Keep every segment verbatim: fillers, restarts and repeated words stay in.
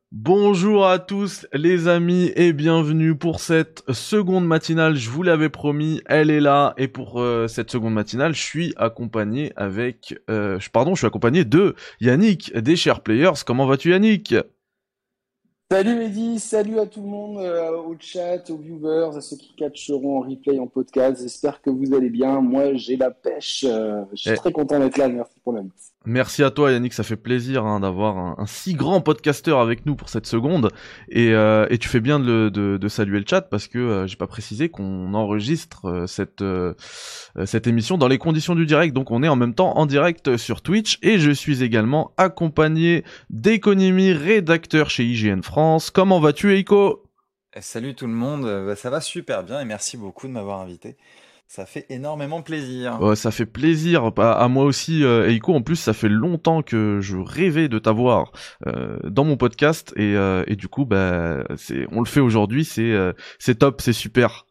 Bonjour à tous les amis et bienvenue pour cette seconde matinale, je vous l'avais promis, elle est là et pour euh, cette seconde matinale, je suis accompagné avec, euh, je- pardon, je suis accompagné de Yannick des Share Players. Comment vas-tu Yannick? Salut Eddy, salut à tout le monde, euh, au chat, aux viewers, à ceux qui catcheront en replay, en podcast. J'espère que vous allez bien. Moi, j'ai la pêche. euh, je suis Eh, très content d'être là. Merci pour l'invite. Merci à toi Yannick, ça fait plaisir hein, d'avoir un, un si grand podcasteur avec nous pour cette seconde et, euh, et tu fais bien de, le- de, de saluer le chat parce que euh, j'ai pas précisé qu'on enregistre euh, cette, euh, euh, cette émission dans les conditions du direct, donc on est en même temps en direct sur Twitch et je suis également accompagné d'Economy, rédacteur chez I G N France. Comment vas-tu Eiko? Eh, Salut tout le monde, Euh, bah, ça va super bien et merci beaucoup de m'avoir invité. Ça fait énormément plaisir. Euh, ça fait plaisir à, à moi aussi, euh, Eiko. En plus, ça fait longtemps que je rêvais de t'avoir euh, dans mon podcast et, euh, et du coup, bah, c'est, on le fait aujourd'hui. C'est, euh, c'est top, c'est super.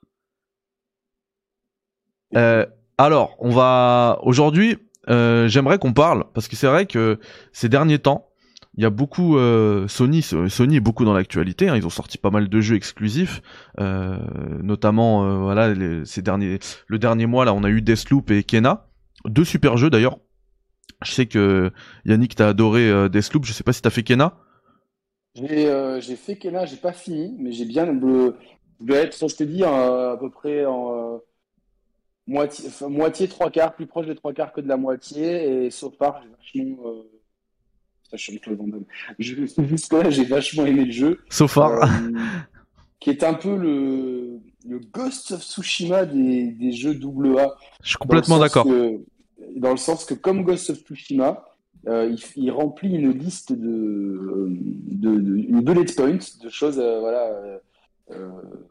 Euh, alors, on va aujourd'hui. Euh, j'aimerais qu'on parle parce que c'est vrai que ces derniers temps, il y a beaucoup euh, Sony. Sony est beaucoup dans l'actualité. Hein, ils ont sorti pas mal de jeux exclusifs, euh, notamment euh, voilà les, ces derniers. Le dernier mois là, on a eu Deathloop et Kena, deux super jeux d'ailleurs. Je sais que Yannick t'as adoré euh, Deathloop. Je sais pas si t'as fait Kena. J'ai euh, j'ai fait Kena, j'ai pas fini, mais j'ai bien le. Je dois être, je te dis, euh, à peu près en euh, moitié, enfin, moitié, trois quarts, plus proche des trois quarts que de la moitié. Et sauf part, j'ai vachement. Euh, ça change le Van Damme. Je- Jusque-là, j'ai vachement aimé le jeu. So far. Euh, qui est un peu le, le Ghost of Tsushima des, des jeux double A, Je suis dans le complètement sens d'accord. que, dans le sens que comme Ghost of Tsushima, euh, il, il remplit une liste de, de, de une bullet point de choses, euh, voilà, euh, euh,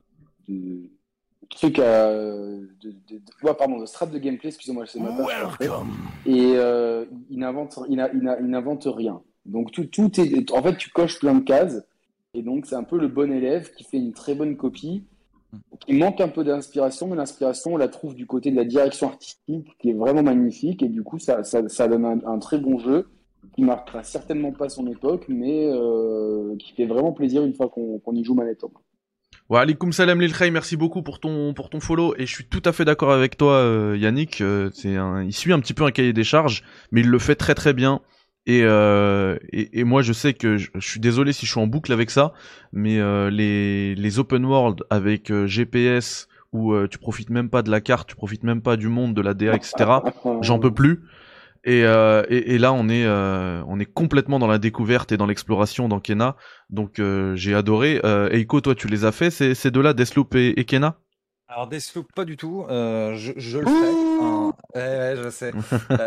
de trucs à, de, de, de, ouais, pardon, de strat de gameplay, excusez-moi, c'est ma page français. Et euh, il n'invente, il, n'a- il, n'a- il n'invente rien. Donc tout, tout est, en fait, tu coches plein de cases. Et donc, c'est un peu le bon élève qui fait une très bonne copie, qui manque un peu d'inspiration, mais l'inspiration, on la trouve du côté de la direction artistique, qui est vraiment magnifique. Et du coup, ça, ça, ça donne un, un très bon jeu, qui marquera certainement pas son époque, mais euh, qui fait vraiment plaisir une fois qu'on qu'on y joue manette en main. Wa alaikum salam lil khay, merci beaucoup pour ton pour ton follow et je suis tout à fait d'accord avec toi euh, Yannick, euh, c'est un il suit un petit peu un cahier des charges mais il le fait très très bien et euh, et, et moi je sais que je, je suis désolé si je suis en boucle avec ça mais euh, les les open world avec euh, G P S où euh, tu profites même pas de la carte, tu profites même pas du monde, de la D A et cetera. J'en peux plus. Et, euh, et, et là, on est, euh, on est complètement dans la découverte et dans l'exploration dans Kena. Donc, euh, j'ai adoré. Euh, Eiko, toi, tu les as fait, ces, ces deux-là, Deathloop et, et Kena? Alors Deathloop, pas du tout, euh, je, je le ferai, hein. Ouais, ouais, je sais.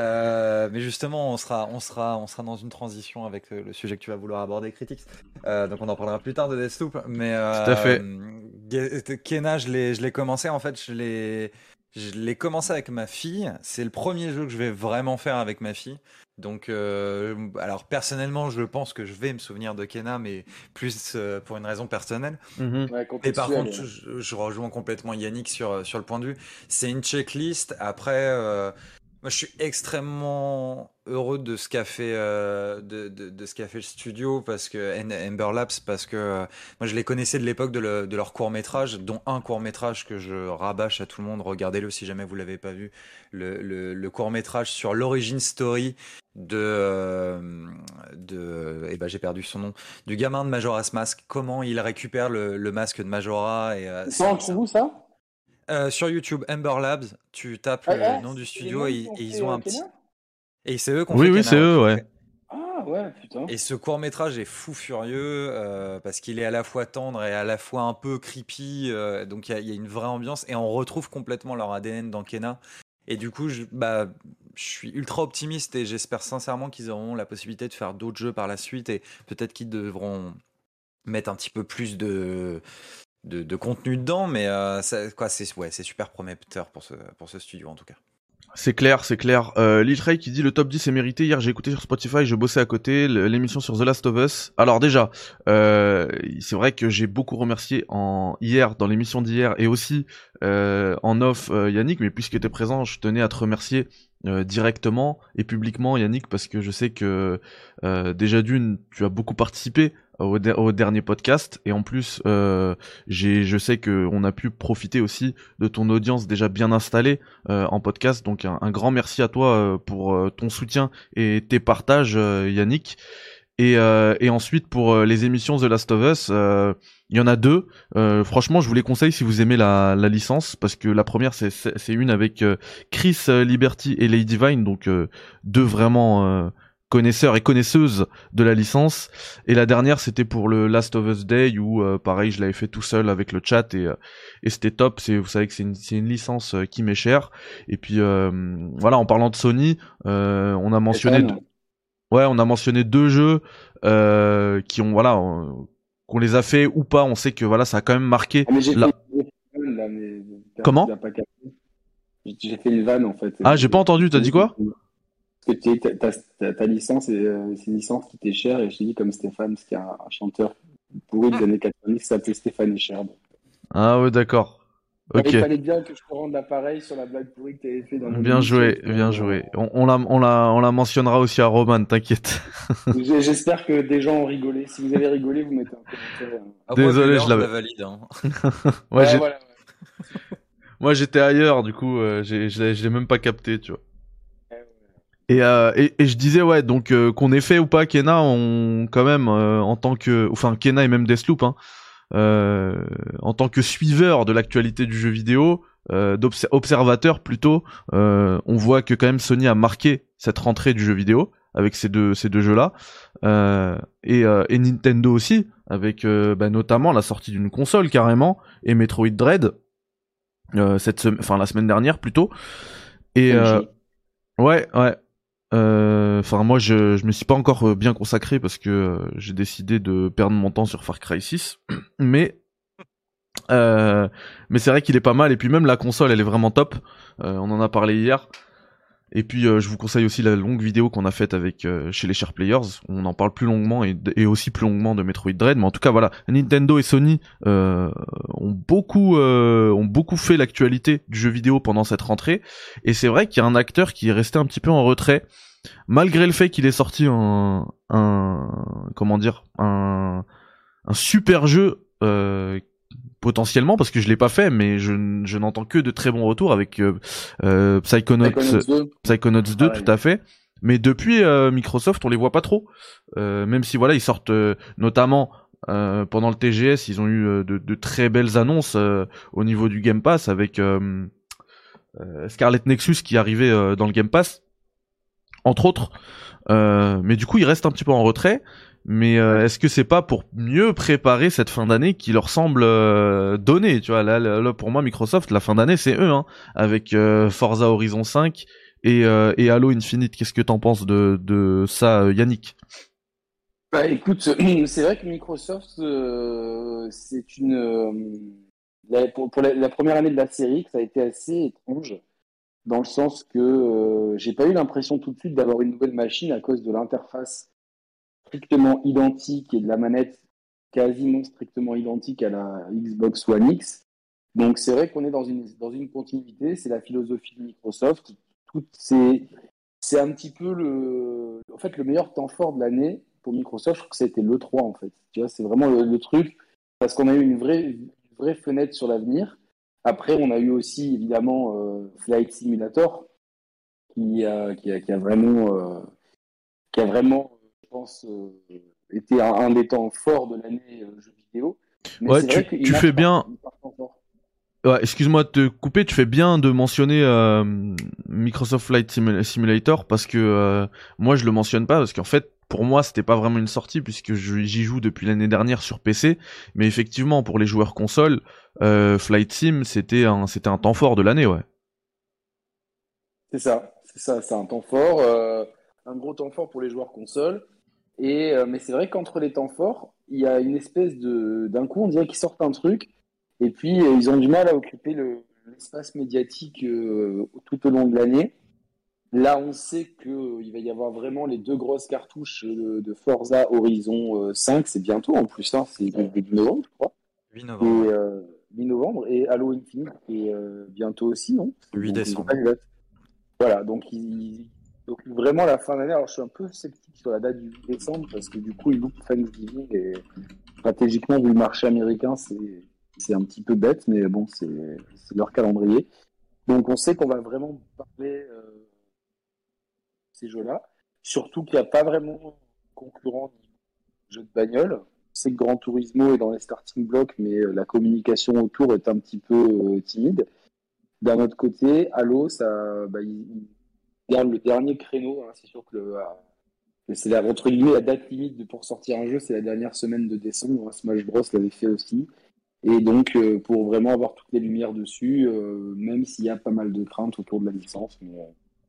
Euh, mais justement, on sera, on sera, on sera dans une transition avec le, le sujet que tu vas vouloir aborder, Critics. Euh, donc on en parlera plus tard de Deathloop. Mais Tout à euh, fait. Ge- Kena, je l'ai, je l'ai commencé. En fait, je l'ai, je l'ai commencé avec ma fille. C'est le premier jeu que je vais vraiment faire avec ma fille. Donc, euh, alors personnellement, je pense que je vais me souvenir de Kena, mais plus euh, pour une raison personnelle. Mhm. Ouais, Et par contextuel. contre, Ouais. je, je rejoins complètement Yannick sur, sur le point de vue. C'est une checklist. Après, euh, moi, je suis extrêmement heureux de ce qu'a fait, euh, de, de, de ce qu'a fait le studio parce que En- Ember Labs, parce que euh, moi, je les connaissais de l'époque de, le- de leur court métrage, dont un court métrage que je rabâche à tout le monde. Regardez-le si jamais vous l'avez pas vu. Le, le, le court métrage sur l'origin story de, euh, de, eh ben, j'ai perdu son nom, du gamin de Majora's Mask, comment il récupère le, le masque de Majora et euh, Ça, c'est on un, le c'est trouve un- où, ça? Euh, sur YouTube, Ember Labs, tu tapes Ah, le ah, nom du c'est les studio mêmes qui et, ont et ils fait ont euh, un petit. Kena? Et c'est eux qui ont Oui, fait oui, c'est Kena, ouais, eux, tout à ouais. fait. Ah, ouais, putain. Et ce court métrage est fou furieux euh, parce qu'il est à la fois tendre et à la fois un peu creepy, euh, donc il y a, il y a une vraie ambiance et on retrouve complètement leur A D N dans Kena. Et du coup, je, bah, je suis ultra optimiste et j'espère sincèrement qu'ils auront la possibilité de faire d'autres jeux par la suite et peut-être qu'ils devront mettre un petit peu plus de, de, de contenu dedans, mais euh, ça, quoi, c'est ouais, c'est super prometteur pour ce, pour ce studio en tout cas. C'est clair, c'est clair. Euh, Lil Ray qui dit le top dix est mérité. Hier, j'ai écouté sur Spotify, je bossais à côté, le- l'émission sur The Last of Us. Alors déjà, euh, c'est vrai que j'ai beaucoup remercié en hier, dans l'émission d'hier, et aussi euh, en off euh, Yannick, mais puisque tu es présent, je tenais à te remercier euh, directement et publiquement Yannick, parce que je sais que euh, déjà d'une, tu as beaucoup participé au, de- au dernier podcast. Et en plus, euh, j'ai, je sais que on a pu profiter aussi de ton audience déjà bien installée euh, en podcast. Donc un, un grand merci à toi euh, pour euh, ton soutien et tes partages, euh, Yannick. Et, euh, et ensuite pour euh, les émissions The Last of Us, euh, il y en a deux. Euh, franchement, je vous les conseille si vous aimez la, la licence, parce que la première c'est c'est c'est une avec euh, Chris euh, Liberty et Lady Vine, donc euh, deux vraiment euh, connaisseurs et connaisseuses de la licence. Et la dernière c'était pour le Last of Us Day où euh, pareil je l'avais fait tout seul avec le chat et euh, et c'était top. C'est, vous savez que c'est une c'est une licence euh, qui m'est chère. Et puis euh, voilà, en parlant de Sony, euh, on a mentionné Stéphane. Ouais, on a mentionné deux jeux euh, qui ont voilà, euh, qu'on les a fait ou pas. On sait que voilà, ça a quand même marqué. Ah, mais j'ai La... fait j'ai fait une vanne, là, mais t'as Comment? t'as pas capté. J'ai j'ai fait une vanne en fait. Ah, j'ai pas Euh, entendu. T'as dit quoi? Parce que t'es- ta, ta- ta licence, et, euh, c'est une licence qui t'est chère, et je t'ai dit comme Stéphane, parce qu'il y a un, un chanteur pourri des années quatre-vingt-dix qui s'appelait Stéphane Echer. Donc, Ah ouais, d'accord. il Ok. fallait bien que je te rende l'appareil sur la blague pourrie que t'avais fait dans mon Bien émission. joué, bien joué. On, on la, on la, on la mentionnera aussi à Roman. T'inquiète. J'ai- J'espère que des gens ont rigolé. Si vous avez rigolé, vous mettez un commentaire. hein. Ah, moi, vu Désolé, l'heure, je je la l'avais. valide. Hein. Ouais, Ouais, j'ai, voilà. moi j'étais ailleurs. Du coup, euh, j'ai, je l'ai je l'ai même pas capté, tu vois. Ouais, ouais. Et, euh, et, et je disais ouais, donc euh, qu'on ait fait ou pas Kena, on quand même euh, en tant que, enfin Kena et même Deathloop, hein. Euh, en tant que suiveur de l'actualité du jeu vidéo, euh, d'observateur plutôt, euh, on voit que quand même Sony a marqué cette rentrée du jeu vidéo avec ces deux ces deux jeux-là, euh, et, euh, et Nintendo aussi avec euh, bah, notamment la sortie d'une console carrément et Metroid Dread euh, cette semaine, enfin la semaine dernière plutôt. Et euh, M J. ouais ouais. Euh, Enfin moi je je me suis pas encore euh, bien consacré parce que euh, j'ai décidé de perdre mon temps sur Far Cry six, mais Euh, mais c'est vrai qu'il est pas mal et puis même la console elle est vraiment top. Euh, on en a parlé hier. Et puis euh, je vous conseille aussi la longue vidéo qu'on a faite avec euh, chez les Share Players. On en parle plus longuement et, et aussi plus longuement de Metroid Dread. Mais en tout cas voilà, Nintendo et Sony euh, ont beaucoup euh, ont beaucoup fait l'actualité du jeu vidéo pendant cette rentrée. Et c'est vrai qu'il y a un acteur qui est resté un petit peu en retrait malgré le fait qu'il ait sorti un un comment dire un un super jeu. Euh, potentiellement parce que je l'ai pas fait mais je, n- je n'entends que de très bons retours avec euh, euh, Psychonauts Psychonauts deux. Psychonauts deux Pareil. tout à fait, mais depuis euh, Microsoft on les voit pas trop. Euh, même si voilà ils sortent euh, notamment euh, pendant le T G S ils ont eu euh, de, de très belles annonces euh, au niveau du Game Pass avec euh, euh, Scarlet Nexus qui arrivait euh, dans le Game Pass entre autres. Euh, mais du coup, ils restent un petit peu en retrait. Mais euh, est-ce que c'est pas pour mieux préparer cette fin d'année qui leur semble euh, donner, tu vois, là, là, là, pour moi Microsoft la fin d'année c'est eux hein, avec euh, Forza Horizon cinq et euh, et Halo Infinite. Qu'est-ce que t'en penses de de ça, euh, Yannick? Bah écoute, c'est vrai que Microsoft, euh, c'est une. euh, la- pour pour la, la première année de la série, que ça a été assez étrange, dans le sens que euh, j'ai pas eu l'impression tout de suite d'avoir une nouvelle machine à cause de l'interface strictement identique et de la manette quasiment strictement identique à la Xbox One X. Donc c'est vrai qu'on est dans une, dans une continuité, c'est la philosophie de Microsoft. Tout, c'est, c'est un petit peu le, en fait, le meilleur temps fort de l'année pour Microsoft, je trouve que c'était l'E trois en fait. Tu vois, c'est vraiment le, le truc, parce qu'on a eu une vraie, une vraie fenêtre sur l'avenir. Après, on a eu aussi évidemment euh, Flight Simulator, qui a, qui a, qui a vraiment, euh, qui a vraiment, je pense, euh, été un, un des temps forts de l'année euh, jeu vidéo. Mais Ouais, c'est vrai tu qu'il tu marche fais pas. bien. Il marche pas fort. Ouais, excuse-moi de te couper, tu fais bien de mentionner euh, Microsoft Flight Simula- Simulator parce que euh, moi je le mentionne pas parce qu'en fait pour moi c'était pas vraiment une sortie puisque je- j'y joue depuis l'année dernière sur P C, mais effectivement pour les joueurs console, euh, Flight Sim c'était un c'était un temps fort de l'année, ouais. C'est ça, c'est ça, c'est un temps fort, euh, un gros temps fort pour les joueurs console. Et, euh, mais c'est vrai qu'entre les temps forts, il y a une espèce de, d'un coup, on dirait qu'ils sortent un truc, et puis euh, ils ont du mal à occuper le, l'espace médiatique euh, tout au long de l'année. Là, on sait qu'il va y avoir vraiment les deux grosses cartouches de, de Forza Horizon euh, cinq, c'est bientôt en plus, hein, c'est début novembre, je crois. huit Et novembre, ouais. euh, mi-novembre, et Halo Infinite est euh, bientôt aussi, non? huit Donc, j'ai pas décembre. les dates. Voilà, donc ils, Donc vraiment la fin d'année, alors je suis un peu sceptique sur la date du huit décembre parce que du coup ils loupent Thanksgiving et stratégiquement vu le marché américain c'est, c'est un petit peu bête mais bon c'est, c'est leur calendrier. Donc on sait qu'on va vraiment parler euh, de ces jeux-là, surtout qu'il n'y a pas vraiment de concurrent de jeux de bagnole. On sait que Gran Turismo est dans les starting blocks mais euh, la communication autour est un petit peu euh, timide. D'un autre côté, Halo, ça, bah, il, il garde le dernier créneau. Hein. C'est sûr que le, euh, c'est la, entre guillemets, la date limite de, pour sortir un jeu, c'est la dernière semaine de décembre. Hein. Smash Bros l'avait fait aussi. Et donc, euh, pour vraiment avoir toutes les lumières dessus, euh, même s'il y a pas mal de craintes autour de la licence, mais, euh,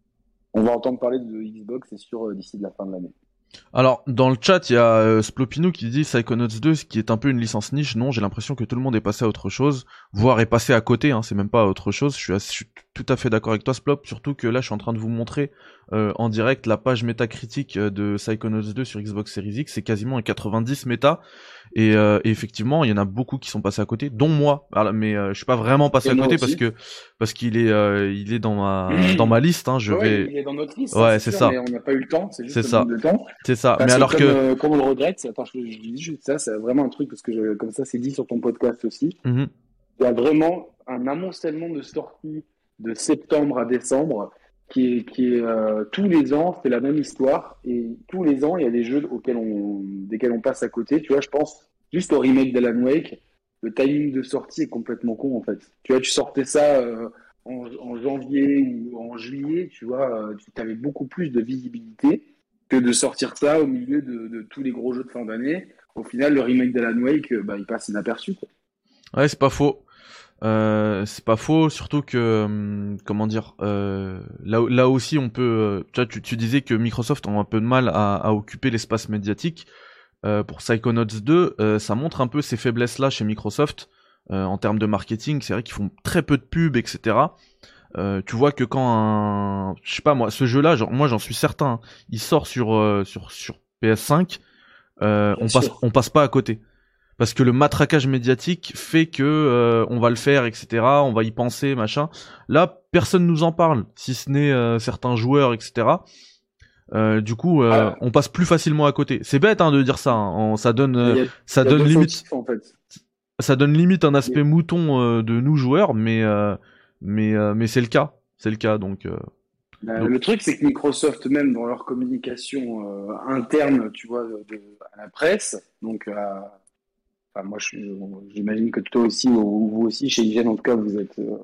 on va entendre parler de Xbox, c'est sûr, euh, d'ici de la fin de l'année. Alors, dans le chat, il y a euh, Splopinou qui dit Psychonauts deux, ce qui est un peu une licence niche. Non, j'ai l'impression que tout le monde est passé à autre chose, voire est passé à côté, hein, c'est même pas à autre chose. Je suis, assez, je suis tout à fait d'accord avec toi, Splop, surtout que là, je suis en train de vous montrer euh, en direct la page métacritique de Psychonauts deux sur Xbox Series X, c'est quasiment un quatre-vingt-dix méta, et, euh, et effectivement, il y en a beaucoup qui sont passés à côté, dont moi, alors, mais euh, je suis pas vraiment passé Et à moi côté aussi. parce que parce qu'il est euh, il est dans ma dans ma liste, hein, je Ouais, vais... il est dans notre liste, Ouais, hein, c'est c'est sûr, ça. mais on n'a pas eu le temps, c'est juste C'est le ça. manque de temps. C'est ça. Parce mais alors comme, que... euh, comme on le regrette, attends, je, je dis juste ça, c'est vraiment un truc, parce que je, comme ça c'est dit sur ton podcast aussi, Mm-hmm. il y a vraiment un amoncellement de sorties de septembre à décembre qui est, qui est euh, tous les ans, c'est la même histoire. Et tous les ans, il y a des jeux auxquels on, desquels on passe à côté. Tu vois, je pense juste au remake d'Alan Wake. Le timing de sortie est complètement con, en fait. Tu vois, tu sortais ça euh, en, en janvier ou en juillet, tu vois, euh, tu avais beaucoup plus de visibilité que de sortir ça au milieu de, de tous les gros jeux de fin d'année. Au final, le remake d'Alan Wake, bah, il passe inaperçu, quoi. Ouais, c'est pas faux. Euh, c'est pas faux, surtout que hum, comment dire, euh, là, là aussi on peut. Euh, tu, vois, tu, tu disais que Microsoft ont un peu de mal à, à occuper l'espace médiatique. Euh, pour Psychonauts deux, euh, ça montre un peu ces faiblesses-là chez Microsoft euh, en termes de marketing. C'est vrai qu'ils font très peu de pubs, et cetera. Euh, tu vois que quand un, je sais pas moi, ce jeu-là, genre, moi j'en suis certain, hein, il sort sur euh, sur sur P S cinq, euh, Bien on passe sûr. on passe pas à côté. Parce que le matraquage médiatique fait que euh, on va le faire, et cetera. On va y penser, machin. Là, personne nous en parle, si ce n'est euh, certains joueurs, et cetera. Euh, du coup, euh, Voilà. on passe plus facilement à côté. C'est bête hein, de dire ça. Hein. On- ça donne, Il euh, y a, ça il y a donne deux limite, fautifs, en fait. ça donne limite un Mais, aspect mouton euh, de nous joueurs, mais euh, mais euh, mais c'est le cas, c'est le cas. Donc, euh, bah, donc le truc, c'est que Microsoft, même dans leur communication euh, interne, tu vois, de, de- à la presse, donc à- enfin, moi, je suis- j'imagine que toi aussi, ou vous aussi, chez I G N, en tout cas, vous êtes, euh,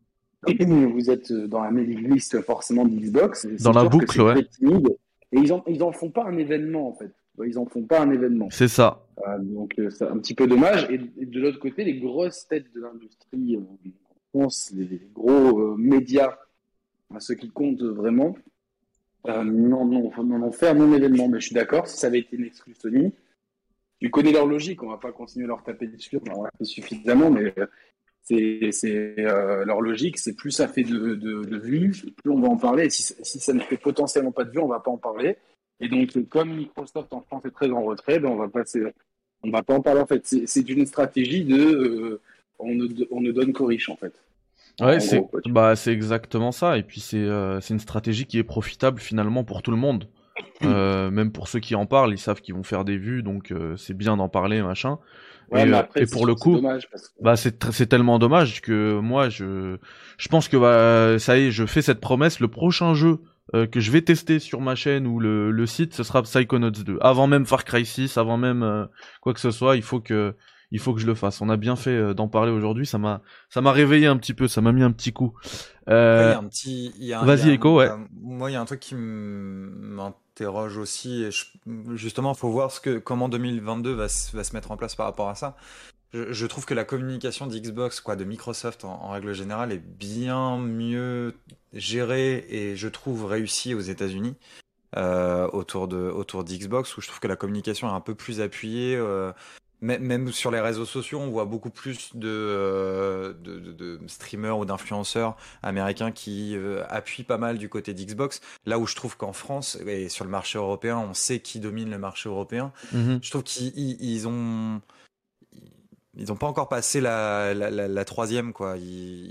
vous êtes dans la mailing list forcément d'Xbox. Et dans c'est la sûr que boucle, c'est ouais, très timide. Et ils en, ils en font pas un événement, en fait. Ils en font pas un événement. c'est ça. Euh, donc, euh, c'est un petit peu dommage. Et, et de l'autre côté, les grosses têtes de l'industrie euh, en France, les, les gros euh, médias, à ceux qui comptent vraiment, euh, non, non, non, ont fait un non-événement. Mais je suis d'accord, si ça avait été une exclue Sony, tu connais leur logique, on va pas continuer à leur taper dessus, on l'a fait suffisamment, mais euh, c'est, c'est euh, leur logique, c'est plus ça fait de, de, de vues, plus on va en parler. Et si, si ça ne fait potentiellement pas de vues, on va pas en parler. Et donc, comme Microsoft en France est très en retrait, ben on va passer, on va pas en parler en fait. C'est, c'est une stratégie de, euh, on, ne, on ne donne qu'aux riches en fait. En, Ouais, en gros, c'est quoi, tu bah c'est exactement ça. Et puis c'est euh, c'est une stratégie qui est profitable finalement pour tout le monde. Euh, même pour ceux qui en parlent, ils savent qu'ils vont faire des vues, donc euh, c'est bien d'en parler, machin. Ouais, Et, mais euh, après, et c'est pour sûr le que c'est coup, dommage parce que. bah c'est tr- c'est tellement dommage que moi je je pense que bah, ça y est, je fais cette promesse. Le prochain jeu euh, que je vais tester sur ma chaîne ou le, le site, ce sera Psychonauts deux. Avant même Far Cry six, avant même euh, quoi que ce soit, il faut que il faut que je le fasse. On a bien fait euh, d'en parler aujourd'hui. Ça m'a ça m'a réveillé un petit peu. Ça m'a mis un petit coup. Après, il y Euh, a un petit, il y a, il y Vas-y a, Echo, ouais. euh, moi, il y a un truc qui m- m'interroge aussi, et je- justement, faut voir ce que, comment deux mille vingt-deux va, se- va se mettre en place par rapport à ça. Je, je trouve que la communication d'Xbox, quoi, de Microsoft en, en règle générale, est bien mieux gérée et je trouve réussie aux États-Unis euh, autour de autour d'Xbox, où je trouve que la communication est un peu plus appuyée. Euh, mê- même sur les réseaux sociaux, on voit beaucoup plus de, euh, de, de- de streamers ou d'influenceurs américains qui euh, appuient pas mal du côté d'Xbox. Là où je trouve qu'en France et sur le marché européen, on sait qui domine le marché européen. Mhm. Je trouve qu'ils ils- ils ont ils ont pas encore passé la, la, la, la troisième, quoi. Ils, ils veulent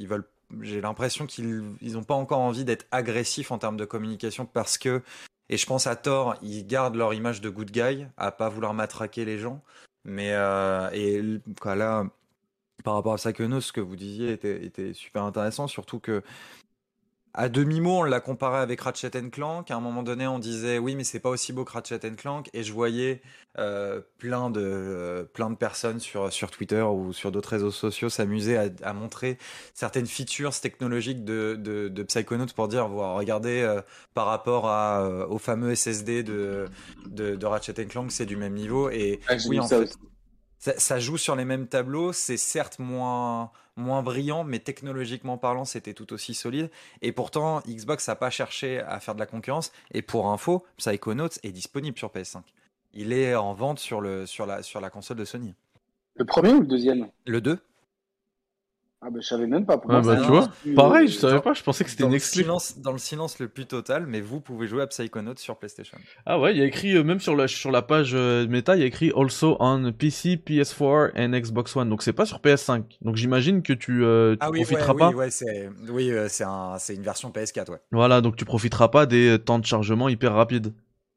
j'ai l'impression qu'ils ils ont pas encore envie d'être agressifs en termes de communication parce que, et je pense à tort, ils gardent leur image de good guy, à pas vouloir matraquer les gens. Mais euh, et quoi, là, par rapport à Psychonauts, ce que vous disiez était, était super intéressant, surtout que à demi-mot, on l'a comparé avec Ratchet and Clank. À un moment donné, on disait oui, mais c'est pas aussi beau que Ratchet and Clank. Et je voyais euh, plein de euh, plein de personnes sur sur Twitter ou sur d'autres réseaux sociaux s'amuser à, à montrer certaines features technologiques de de, de Psychonauts pour dire voilà, regardez euh, par rapport à euh, au fameux S S D de de, de Ratchet and Clank, c'est du même niveau. Et Ah, j'ai oui, vu en ça fait, aussi. ça, ça joue sur les mêmes tableaux, c'est certes moins, moins brillant, mais technologiquement parlant, c'était tout aussi solide. Et pourtant, Xbox n'a pas cherché à faire de la concurrence. Et pour info, Psychonauts est disponible sur P S cinq. Il est en vente sur, le, sur, la, sur la console de Sony. Le premier ou le deuxième? Le deux. Ah bah je savais même pas. Pour Ah moi, bah c'est Ah tu non, vois, non. exclu, pareil, euh, je savais Dans, pas, je pensais que c'était dans une le exclu. silence, dans le silence le plus total, mais vous pouvez jouer à Psychonauts sur PlayStation. Ah ouais, il y a écrit, euh, même sur la, sur la page euh, méta, il y a écrit also on P C, P S quatre and Xbox One. Donc c'est pas sur P S cinq. Donc j'imagine que tu, euh, tu Ah oui, ouais, profiteras oui, pas. ouais, c'est oui, euh, c'est un, c'est une version P S quatre, ouais. Voilà, donc tu profiteras pas des euh, temps de chargement hyper rapides.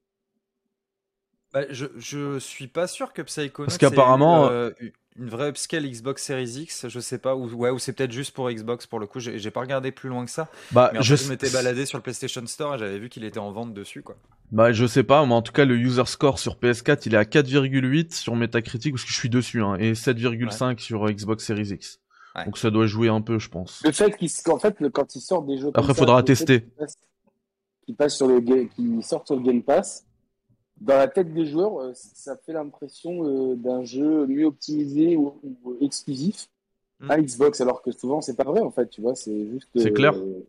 Bah, je, je suis pas sûr que Parce Psychonauts ait eu qu'apparemment, euh, euh, u- une vraie upscale Xbox Series X, je sais pas, ou, ouais, ou c'est peut-être juste pour Xbox pour le coup, j'ai j'ai pas regardé plus loin que ça, bah mais en je, fait je sais- m'étais baladé sur le PlayStation Store et j'avais vu qu'il était en vente dessus, quoi. bah je sais pas, mais en tout cas le user score sur P S quatre il est à quatre virgule huit sur Metacritic parce que je suis dessus, hein, et sept virgule cinq sur euh, Xbox Series X. Ouais. Donc ça doit jouer un peu, je pense. Le fait qu'ils, qu'en fait, le- quand ils sortent des jeux comme Après ça, faudra le fait tester. qu'ils passent, qu'ils passent sur le, ga- qu'ils sortent sur le Game Pass, dans la tête des joueurs, euh, ça fait l'impression euh, d'un jeu mieux optimisé ou, ou exclusif Mm. à Xbox, alors que souvent c'est pas vrai en fait, tu vois, c'est juste. C'est clair. euh,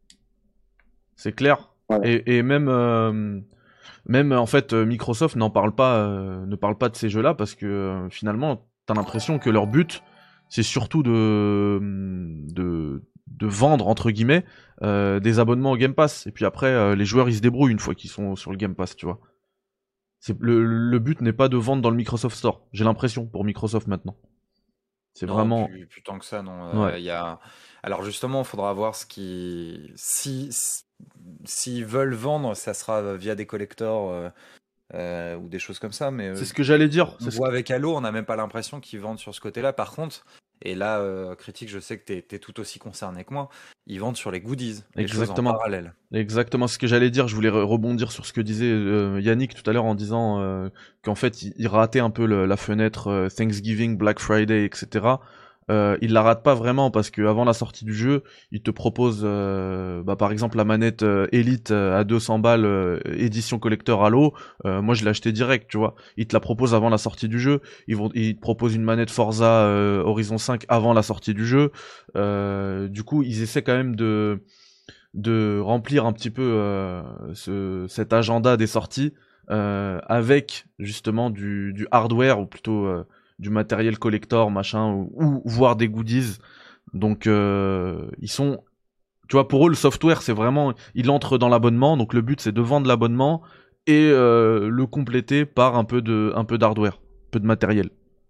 C'est clair. Voilà. Et, et même, euh, même en fait, euh, Microsoft n'en parle pas, euh, ne parle pas de ces jeux-là parce que euh, finalement, t'as l'impression que leur but, c'est surtout de, de, de vendre entre guillemets euh, des abonnements au Game Pass. Et puis après, euh, les joueurs ils se débrouillent une fois qu'ils sont sur le Game Pass, tu vois. C'est le, le but n'est pas de vendre dans le Microsoft Store. J'ai l'impression pour Microsoft maintenant. C'est Non, vraiment. plus, plus tant que ça, non. Euh, Ouais. il y a... Alors justement, il faudra voir ce qui... Si, s'ils veulent vendre, ça sera via des collectors euh, euh, ou des choses comme ça, mais euh, C'est ce que j'allais dire. on C'est ce voit avec Halo, on n'a même pas l'impression qu'ils vendent sur ce côté-là. Par contre, et là, euh, Critique, je sais que t'es, t'es tout aussi concerné que moi, ils vendent sur les goodies, les choses en Exactement. parallèle. Exactement ce que j'allais dire. Je voulais re- rebondir sur ce que disait euh, Yannick tout à l'heure en disant euh, qu'en fait il, il ratait un peu le- la fenêtre euh, Thanksgiving, Black Friday, et cetera. Euh, il la rate pas vraiment parce que avant la sortie du jeu, il te propose, euh, bah, par exemple la manette euh, Elite euh, à deux cents balles, euh, édition collector Halo. Euh, moi je l'ai acheté direct, tu vois. Il te la propose avant la sortie du jeu. Ils vont, ils te proposent une manette Forza euh, Horizon cinq avant la sortie du jeu. Euh, du coup, ils essaient quand même de de remplir un petit peu euh, ce, cet agenda des sorties euh, avec justement du, du hardware ou plutôt euh, du matériel collector machin ou, ou voire des goodies. Donc euh, ils sont, tu vois, pour eux le software c'est vraiment, il entre dans l'abonnement, donc le but c'est de vendre l'abonnement et euh, le compléter par un peu de un peu d'hardware, un peu de matériel.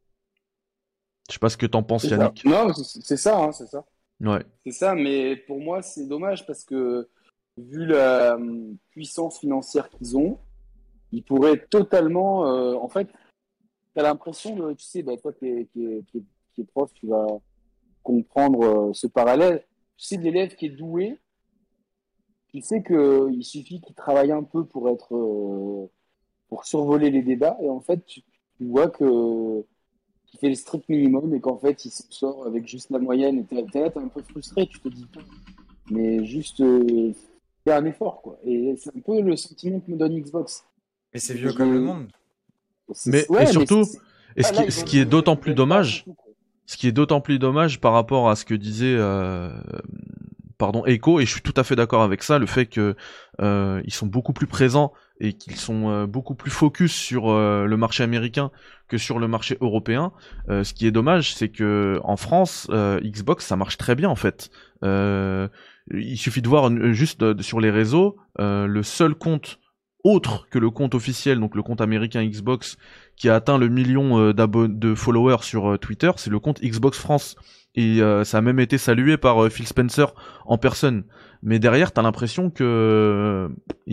Je sais pas ce que t'en penses, C'est ça. Yannick. Non, c'est c'est ça, hein, c'est ça. Ouais. C'est ça, mais pour moi, c'est dommage parce que vu la euh, puissance financière qu'ils ont, ils pourraient totalement. Euh, en fait, tu as l'impression, de, tu sais, bah, toi qui es, qui, est, qui, est, qui est prof, tu vas comprendre euh, ce parallèle. Tu sais, de l'élève qui est doué, tu sais qu'il suffit qu'il travaille un peu pour être. Euh, pour survoler les débats, et en fait, tu, tu vois que. Qu'il fait le strict minimum et qu'en fait, il s'en sort avec juste la moyenne. Et t'es t'es là, t'es un peu frustré, tu te dis pas. Mais juste, euh, fais un effort, quoi. Et c'est un peu le sentiment que me donne Xbox. Mais c'est vieux comme le monde. C'est- Mais ouais, et surtout, c'est- et ce ah, là, qui, ils ce ont qui est dit, d'autant ils plus veulent pas dommage, du tout, quoi. ce qui est d'autant plus dommage par rapport à ce que disait euh, pardon Echo, et je suis tout à fait d'accord avec ça, le fait que euh, ils sont beaucoup plus présents et qu'ils sont euh, beaucoup plus focus sur euh, le marché américain que sur le marché européen. Euh, ce qui est dommage, c'est que en France, euh, Xbox ça marche très bien en fait. Euh, il suffit de voir euh, juste euh, sur les réseaux, euh, le seul compte autre que le compte officiel, donc le compte américain Xbox, qui a atteint le million euh, d'abo- de followers sur euh, Twitter, c'est le compte Xbox France. Et euh, ça a même été salué par euh, Phil Spencer en personne. Mais derrière, t'as l'impression que euh,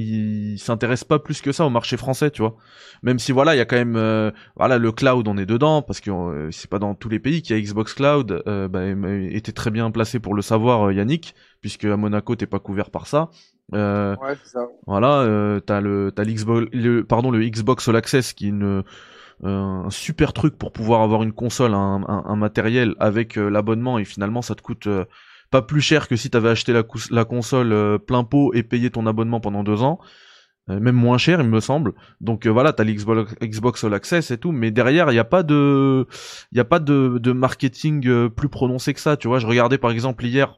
il s'intéresse pas plus que ça au marché français, tu vois. Même si voilà, il y a quand même euh, voilà le cloud, on est dedans parce que euh, c'est pas dans tous les pays qu'il y a Xbox Cloud. Euh, bah, était très bien placé pour le savoir, euh, Yannick, puisque à Monaco t'es pas couvert par ça. Euh, Ouais, c'est ça. voilà, euh, t'as le t'as l'Xbox, le pardon le Xbox All Access qui est une euh, un super truc pour pouvoir avoir une console, un, un, un matériel avec euh, l'abonnement et finalement ça te coûte euh, pas plus cher que si t'avais acheté la, cous- la console euh, plein pot et payé ton abonnement pendant deux ans, euh, même moins cher il me semble. Donc euh, voilà, t'as l'Xbox Xbox All Access et tout, mais derrière il y a pas de il y a pas de, de marketing euh, plus prononcé que ça. Tu vois, je regardais par exemple hier.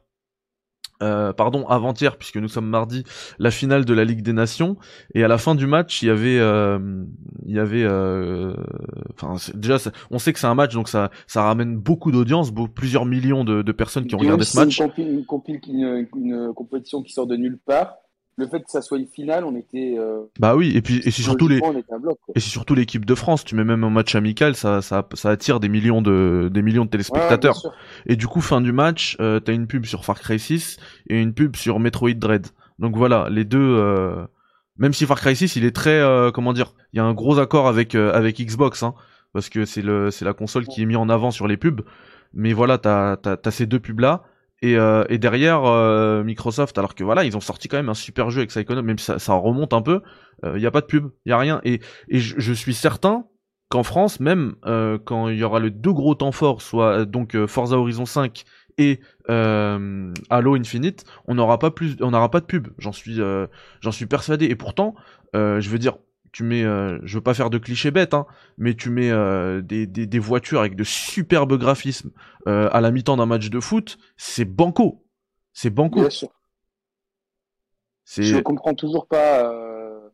Euh, pardon, avant-hier, puisque nous sommes mardi, la finale de la Ligue des Nations, et à la fin du match, il y avait, euh, il y avait, euh, enfin, c'est- déjà, ça- on sait que c'est un match, donc ça, ça ramène beaucoup d'audience, beau- plusieurs millions de, de personnes qui ont Puis même regardé si ce c'est une, match. compil, une, compil- une, une compétition qui sort de nulle part, le fait que ça soit une finale, on était euh, Bah oui, et puis, et c'est surtout les, psychologiquement, on était un bloc, quoi. et c'est surtout l'équipe de France. Tu mets même un match amical, ça, ça, ça attire des millions de, des millions de Ouais, ouais, bien téléspectateurs. sûr. Et du coup, fin du match, euh, t'as une pub sur Far Cry six et une pub sur Metroid Dread. Donc voilà, les deux. Euh... Même si Far Cry six, il est très, euh, comment dire, il y a un gros accord avec euh, avec Xbox, hein, parce que c'est le c'est la console qui est mise en avant sur les pubs. Mais voilà, t'as t'as, t'as ces deux pubs là. Et, euh, et derrière euh, Microsoft, alors que voilà, ils ont sorti quand même un super jeu avec Psychonauts, même si ça, ça remonte un peu, il euh, y a pas de pub, il y a rien. Et, et je, je suis certain qu'en France, même euh, quand il y aura le deux gros temps forts, soit euh, donc euh, Forza Horizon cinq et euh, Halo Infinite, on n'aura pas plus, on n'aura pas de pub. J'en suis, euh, j'en suis persuadé. Et pourtant, euh, je veux dire, tu mets, euh, je veux pas faire de clichés bêtes, hein, mais tu mets euh, des, des, des voitures avec de superbes graphismes euh, à la mi-temps d'un match de foot, c'est banco, c'est Bien banco. sûr. Je C'est, comprends toujours pas. Euh,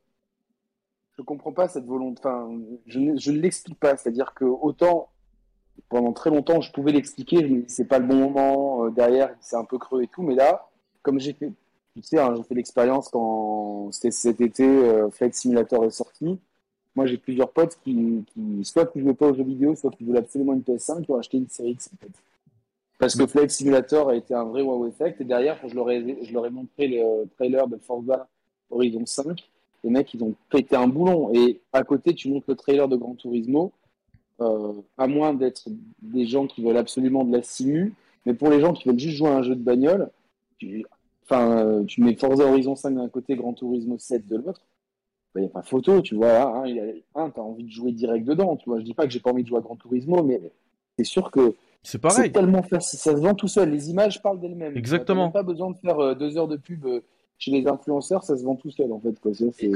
je comprends pas cette volonté. Enfin, je ne, je ne l'explique pas. C'est-à-dire que autant pendant très longtemps, je pouvais l'expliquer. Je me dis c'est pas le bon moment. Euh, derrière, c'est un peu creux et tout. Mais là, comme j'ai fait, tu sais, hein, j'ai fait l'expérience quand c'était cet été, euh, Flight Simulator est sorti. Moi, j'ai plusieurs potes qui, qui soit qui jouaient pas aux jeux vidéo, soit qui voulaient absolument une P S cinq, qui ont acheté une série X en fait. Parce que Flight Simulator a été un vrai wow effect. Et derrière, quand je leur ai, je leur ai montré le trailer de Forza Horizon cinq, les mecs, ils ont pété un boulon. Et à côté, tu montres le trailer de Gran Turismo, euh, à moins d'être des gens qui veulent absolument de la simu. Mais pour les gens qui veulent juste jouer à un jeu de bagnole, tu, enfin, euh, tu mets Forza Horizon cinq d'un côté, Gran Turismo sept de l'autre. Il n'y a pas photo, tu vois. Hein, il y a, un, tu as envie de jouer direct dedans. Tu vois. Je dis pas que j'ai pas envie de jouer à Gran Turismo, mais c'est sûr que c'est c'est pareil, tellement facile, ça se vend tout seul. Les images parlent d'elles-mêmes. Tu n'as même exactement. pas besoin de faire euh, deux heures de pub euh, chez les influenceurs, ça se vend tout seul en fait. Quoi. Ça, c'est...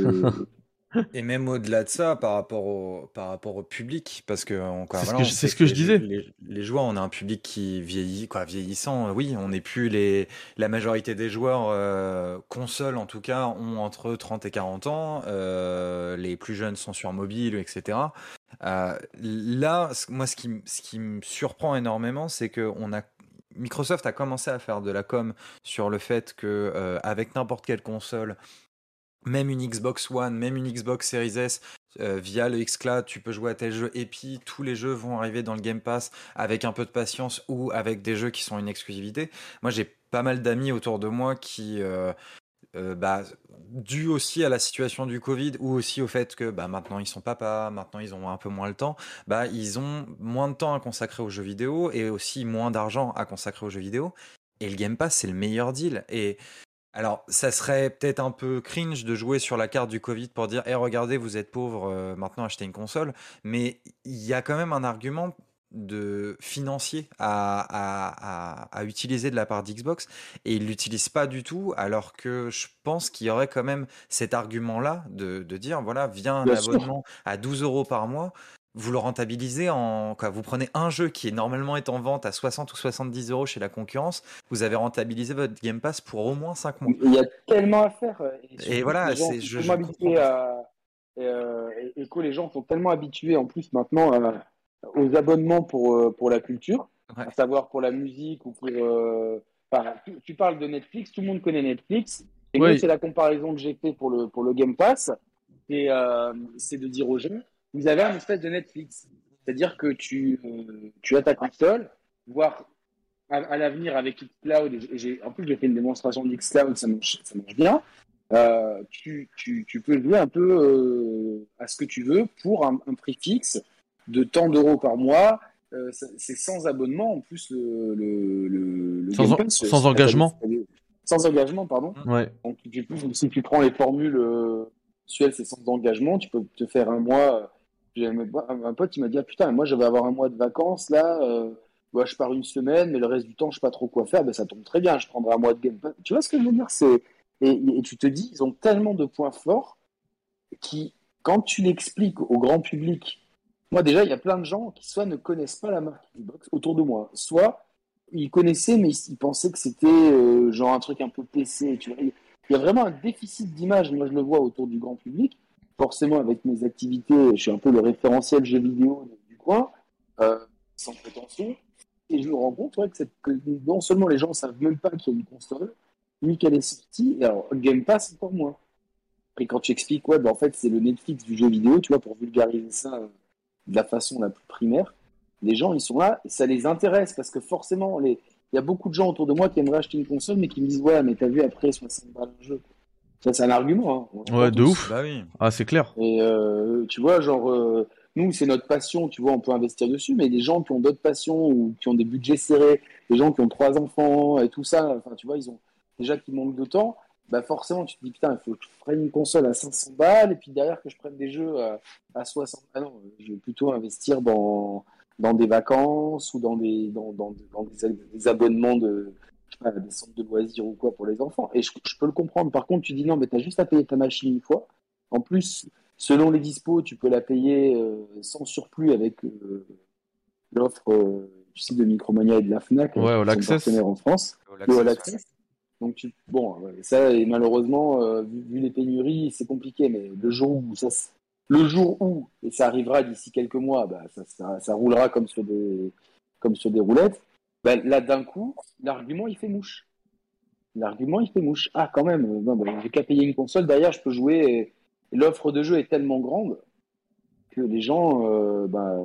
Et même au-delà de ça, par rapport au, par rapport au public, parce que encore, C'est ce voilà, que, on je- c'est sait ce que que je les, jou- disais. les, les joueurs, on a un public qui vieillit, quoi, vieillissant. Oui, on n'est plus les, la majorité des joueurs euh, console, en tout cas, ont entre trente et quarante ans. Euh, les plus jeunes sont sur mobile, et cetera. Euh, là, ce- moi, ce qui, m- ce qui me surprend énormément, c'est que on a Microsoft a commencé à faire de la com sur le fait que euh, avec n'importe quelle console, même une Xbox One, même une Xbox Series S, euh, via le xCloud, tu peux jouer à tel jeu. Et puis, tous les jeux vont arriver dans le Game Pass avec un peu de patience ou avec des jeux qui sont une exclusivité. Moi, j'ai pas mal d'amis autour de moi qui, euh, euh, bah, dû aussi à la situation du Covid ou aussi au fait que bah, maintenant ils sont papas, maintenant ils ont un peu moins le temps, bah, ils ont moins de temps à consacrer aux jeux vidéo et aussi moins d'argent à consacrer aux jeux vidéo. Et le Game Pass, c'est le meilleur deal. Et alors, ça serait peut-être un peu cringe de jouer sur la carte du Covid pour dire, eh regardez, vous êtes pauvre, euh, maintenant achetez une console. Mais il y a quand même un argument de financier à, à, à, à utiliser de la part d'Xbox et ils l'utilisent pas du tout, alors que je pense qu'il y aurait quand même cet argument-là de, de dire, voilà, via un Bien sûr. abonnement à douze euros par mois, vous le rentabilisez en, quoi, vous prenez un jeu qui est normalement est en vente à soixante ou soixante-dix euros chez la concurrence, vous avez rentabilisé votre Game Pass pour au moins cinq mois. Il y a tellement à faire. euh, Et Et surtout que les voilà, gens c'est, sont je, tellement je comprends habitués pas. à. Et, euh, et- et que les gens sont tellement habitués en plus maintenant à- aux abonnements pour, euh, pour la culture, Ouais. à savoir pour la musique ou pour. euh, enfin, tu, tu parles de Netflix, tout le monde connaît Netflix. Et moi, Ouais, c'est la comparaison que j'ai fait pour le, pour le Game Pass. Et euh, c'est de dire aux gens, vous avez un espèce de Netflix. C'est-à-dire que tu, euh, tu as ta console, voire à, à l'avenir avec xCloud, et j'ai, en plus j'ai fait une démonstration de xCloud, ça marche, ça marche bien. Euh, tu, tu, tu peux jouer un peu euh, à ce que tu veux pour un, un prix fixe de tant d'euros par mois. Euh, c'est sans abonnement en plus le, le, le, le Sans, Game en- Pass. sans engagement. Sans engagement, pardon. Ouais. Donc, du coup, si tu prends les formules euh, mensuelles, c'est sans engagement, tu peux te faire un mois. euh, J'ai un, un pote qui m'a dit ah, putain, moi je vais avoir un mois de vacances là. Euh, ouais, je pars une semaine, mais le reste du temps, je sais pas trop quoi faire. Ben, ça tombe très bien, je prendrai un mois de Game Pass. Tu vois ce que je veux dire c'est... Et, et tu te dis, ils ont tellement de points forts qui, quand tu l'expliques au grand public, moi déjà, il y a plein de gens qui soit ne connaissent pas la marque Xbox autour de moi, soit ils connaissaient, mais ils, ils pensaient que c'était euh, genre un truc un peu P C. Tu vois. Il y a vraiment un déficit d'image, moi je le vois autour du grand public. Forcément, avec mes activités, je suis un peu le référentiel jeu vidéo du coin, euh, sans prétention. Et je me rends compte ouais, que, cette, que non seulement les gens ne savent même pas qu'il y a une console, ni qu'elle est sortie, et alors Game Pass encore moins. Après, quand tu expliques, ouais, bah, en fait, c'est le Netflix du jeu vidéo, tu vois, pour vulgariser ça euh, de la façon la plus primaire, les gens, ils sont là, et ça les intéresse, parce que forcément, les... il y a beaucoup de gens autour de moi qui aimeraient acheter une console, mais qui me disent, ouais, mais t'as vu, après, soixante balles un jeu. Ça, c'est un argument, hein. On Ouais, de tous. ouf. Bah oui. Ah, c'est clair. Et euh, tu vois, genre, euh, nous, c'est notre passion, tu vois, on peut investir dessus, mais des gens qui ont d'autres passions, ou qui ont des budgets serrés, des gens qui ont trois enfants, et tout ça, enfin, tu vois, ils ont déjà qui manquent de temps, bah forcément, tu te dis, putain, il faut que je prenne une console à cinq cents balles, et puis derrière que je prenne des jeux à, à soixante. Ah non, je vais plutôt investir dans, dans des vacances, ou dans des, dans, dans, dans des, des abonnements de, je sais pas, des centres de loisirs ou quoi pour les enfants. Et je, je peux le comprendre. Par contre, tu dis, non, mais t'as juste à payer ta machine une fois. En plus, selon les dispos, tu peux la payer euh, sans surplus avec euh, l'offre euh, tu sais, de Micromania et de la Fnac, euh, Ouais, All qui sont Access. partenaires en France, All le All Access, ouais. Access. Donc, tu... bon, euh, ça, et malheureusement, euh, vu, vu les pénuries, c'est compliqué, mais le jour où, ça, s- le jour où, et ça arrivera d'ici quelques mois, bah, ça, ça, ça roulera comme sur des, comme sur des roulettes, bah, là, d'un coup, l'argument, il fait mouche. L'argument, il fait mouche. Ah, quand même, euh, non, bah, j'ai qu'à payer une console, derrière, je peux jouer, et, et l'offre de jeu est tellement grande que les gens, euh, bah,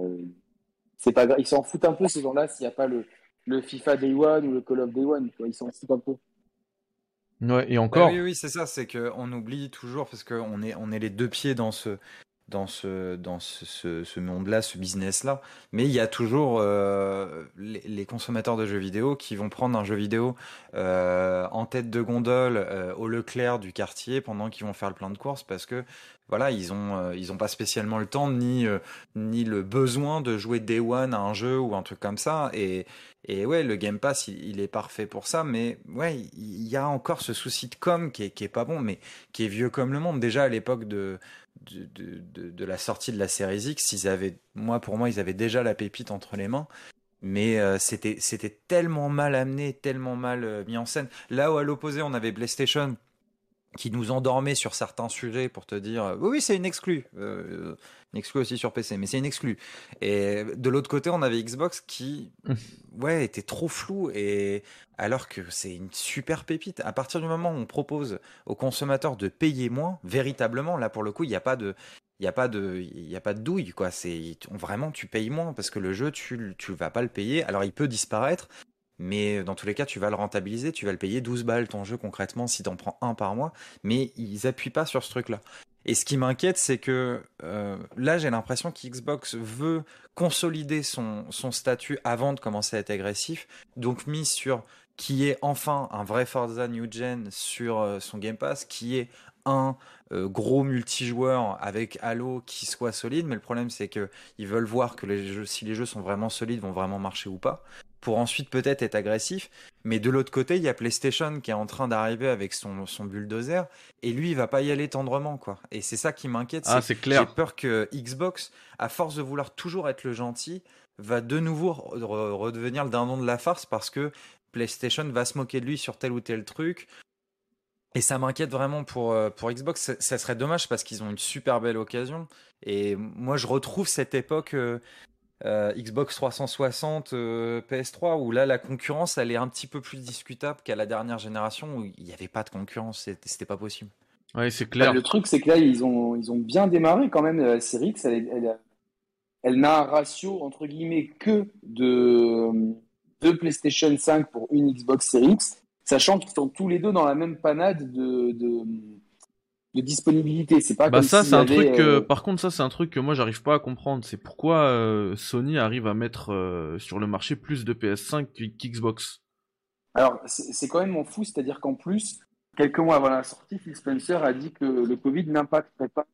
c'est pas grave. Ils s'en foutent un peu, ces gens-là, s'il n'y a pas le, le FIFA Day One ou le Call of Day One. Tu vois, ils s'en foutent un peu. Ouais, et Bah oui, encore. oui, c'est ça, c'est qu'on oublie toujours, parce qu'on est, on est les deux pieds dans ce, dans ce, dans ce, ce, ce monde-là, ce business-là. Mais il y a toujours euh, les, les consommateurs de jeux vidéo qui vont prendre un jeu vidéo euh, en tête de gondole euh, au Leclerc du quartier pendant qu'ils vont faire le plein de courses parce que voilà, ils ont, euh, ils ont pas spécialement le temps ni, euh, ni le besoin de jouer Day One à un jeu ou un truc comme ça. Et, et ouais, le Game Pass, il, il est parfait pour ça. Mais ouais, il y a encore ce souci de com qui est, qui est pas bon, mais qui est vieux comme le monde. Déjà à l'époque de de, de, de, de la sortie de la Series X, ils avaient, moi pour moi, ils avaient déjà la pépite entre les mains, mais euh, c'était c'était tellement mal amené, tellement mal euh, mis en scène. Là où à l'opposé, on avait PlayStation qui nous endormait sur certains sujets pour te dire euh, oui, oui, c'est une exclue, euh, une exclue aussi sur P C, mais c'est une exclue. Et de l'autre côté, on avait Xbox qui ouais était trop flou, et alors que c'est une super pépite. À partir du moment où on propose aux consommateurs de payer moins, véritablement, là pour le coup, il n'y a pas de il y a pas de il y a pas de douille quoi, c'est vraiment tu payes moins parce que le jeu tu tu vas pas le payer. Alors il peut disparaître, mais dans tous les cas, tu vas le rentabiliser, tu vas le payer douze balles ton jeu concrètement si t'en prends un par mois, mais ils appuient pas sur ce truc-là. Et ce qui m'inquiète, c'est que euh, là, j'ai l'impression qu'Xbox veut consolider son, son statut avant de commencer à être agressif, donc mis sur qui est enfin un vrai Forza New Gen sur euh, son Game Pass, qui est un euh, gros multijoueur avec Halo qui soit solide, mais le problème c'est que ils veulent voir que les jeux, si les jeux sont vraiment solides, vont vraiment marcher ou pas, pour ensuite peut-être être agressif. Mais de l'autre côté, il y a PlayStation qui est en train d'arriver avec son, son bulldozer, et lui, il va pas y aller tendrement, quoi. Et c'est ça qui m'inquiète, Ah, c'est c'est j'ai clair. peur que Xbox, à force de vouloir toujours être le gentil, va de nouveau re- re- redevenir le dindon de la farce parce que PlayStation va se moquer de lui sur tel ou tel truc. Et ça m'inquiète vraiment pour, euh, pour Xbox. Ça, ça serait dommage parce qu'ils ont une super belle occasion. Et moi, je retrouve cette époque euh, euh, Xbox trois cent soixante, euh, P S trois, où là, la concurrence, elle est un petit peu plus discutable qu'à la dernière génération où il n'y avait pas de concurrence. C'était c'était pas possible. Ouais, c'est Bah, clair. le truc, c'est que là, ils ont, ils ont bien démarré quand même. La série X, elle, est- elle, a- elle n'a un ratio, entre guillemets, que de, de PlayStation cinq pour une Xbox Series X, sachant qu'ils sont tous les deux dans la même panade de, de, de disponibilité. C'est pas Bah comme ça, s'il c'est y un avait. truc que, euh, par contre, ça, c'est un truc que moi, j'arrive pas à comprendre. C'est pourquoi euh, Sony arrive à mettre euh, sur le marché plus de P S cinq qu'Xbox. Alors, c'est c'est quand même en fou, c'est-à-dire qu'en plus, quelques mois avant la sortie, Phil Spencer a dit que le Covid n'impacterait pas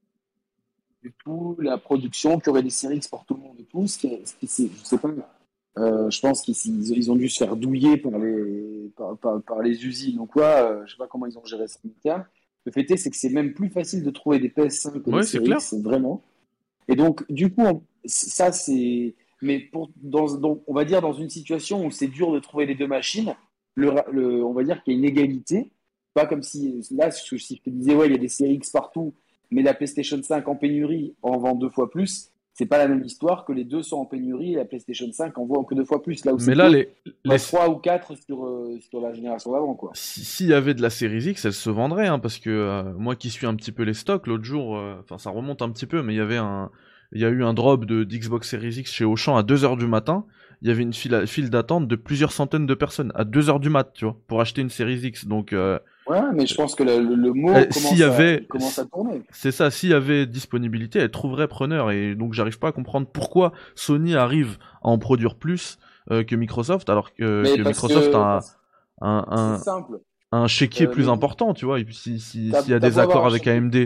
du tout la production, qu'il y aurait des séries X pour tout le monde et tout. Ce qui est, ce qui, c'est- je sais pas, euh, je pense qu'ils ils ils ont dû se faire douiller par les, par, par, par les usines ou quoi. Euh, je sais pas comment ils ont géré ça en interne. Le fait est, c'est que c'est même plus facile de trouver des P S cinq que des Ouais, c'est séries clair. X, vraiment. Et donc, du coup, on- ça, c'est. Mais pour, dans, dans- on va dire dans une situation où c'est dur de trouver les deux machines, le, ra- le- on va dire qu'il y a une égalité. Pas comme si, là, si si je te disais, ouais, il y a des séries X partout, mais la PlayStation cinq en pénurie en vend deux fois plus. C'est pas la même histoire que les deux sont en pénurie et la PlayStation cinq en vend que deux fois plus. Là où Mais c'est là, deux, les, les, bah, trois ou quatre sur, euh, sur la génération d'avant, quoi. si- s'il y avait de la Series X, elle se vendrait, hein, parce que euh, moi qui suis un petit peu les stocks, l'autre jour, euh, enfin ça remonte un petit peu, mais il y avait un, il y a eu un drop de d'Xbox Series X chez Auchan à deux heures du matin. Il y avait une file, file d'attente de plusieurs centaines de personnes à deux heures du mat, tu vois, pour acheter une Series X. Donc, euh, Ouais, mais je pense que le, le- le mot euh, s'il y commence à, avait, il commence à tourner. c'est ça, s'il y avait disponibilité, elle trouverait preneur. Et donc j'arrive pas à comprendre pourquoi Sony arrive à en produire plus euh, que Microsoft, alors que, Mais que parce Microsoft que a parce un, que c'est un, simple. un chéquier Euh, plus les, important, tu vois, et puis si, si, t'as, s'il y a t'as des beau avoir accords un avec chèque, A M D,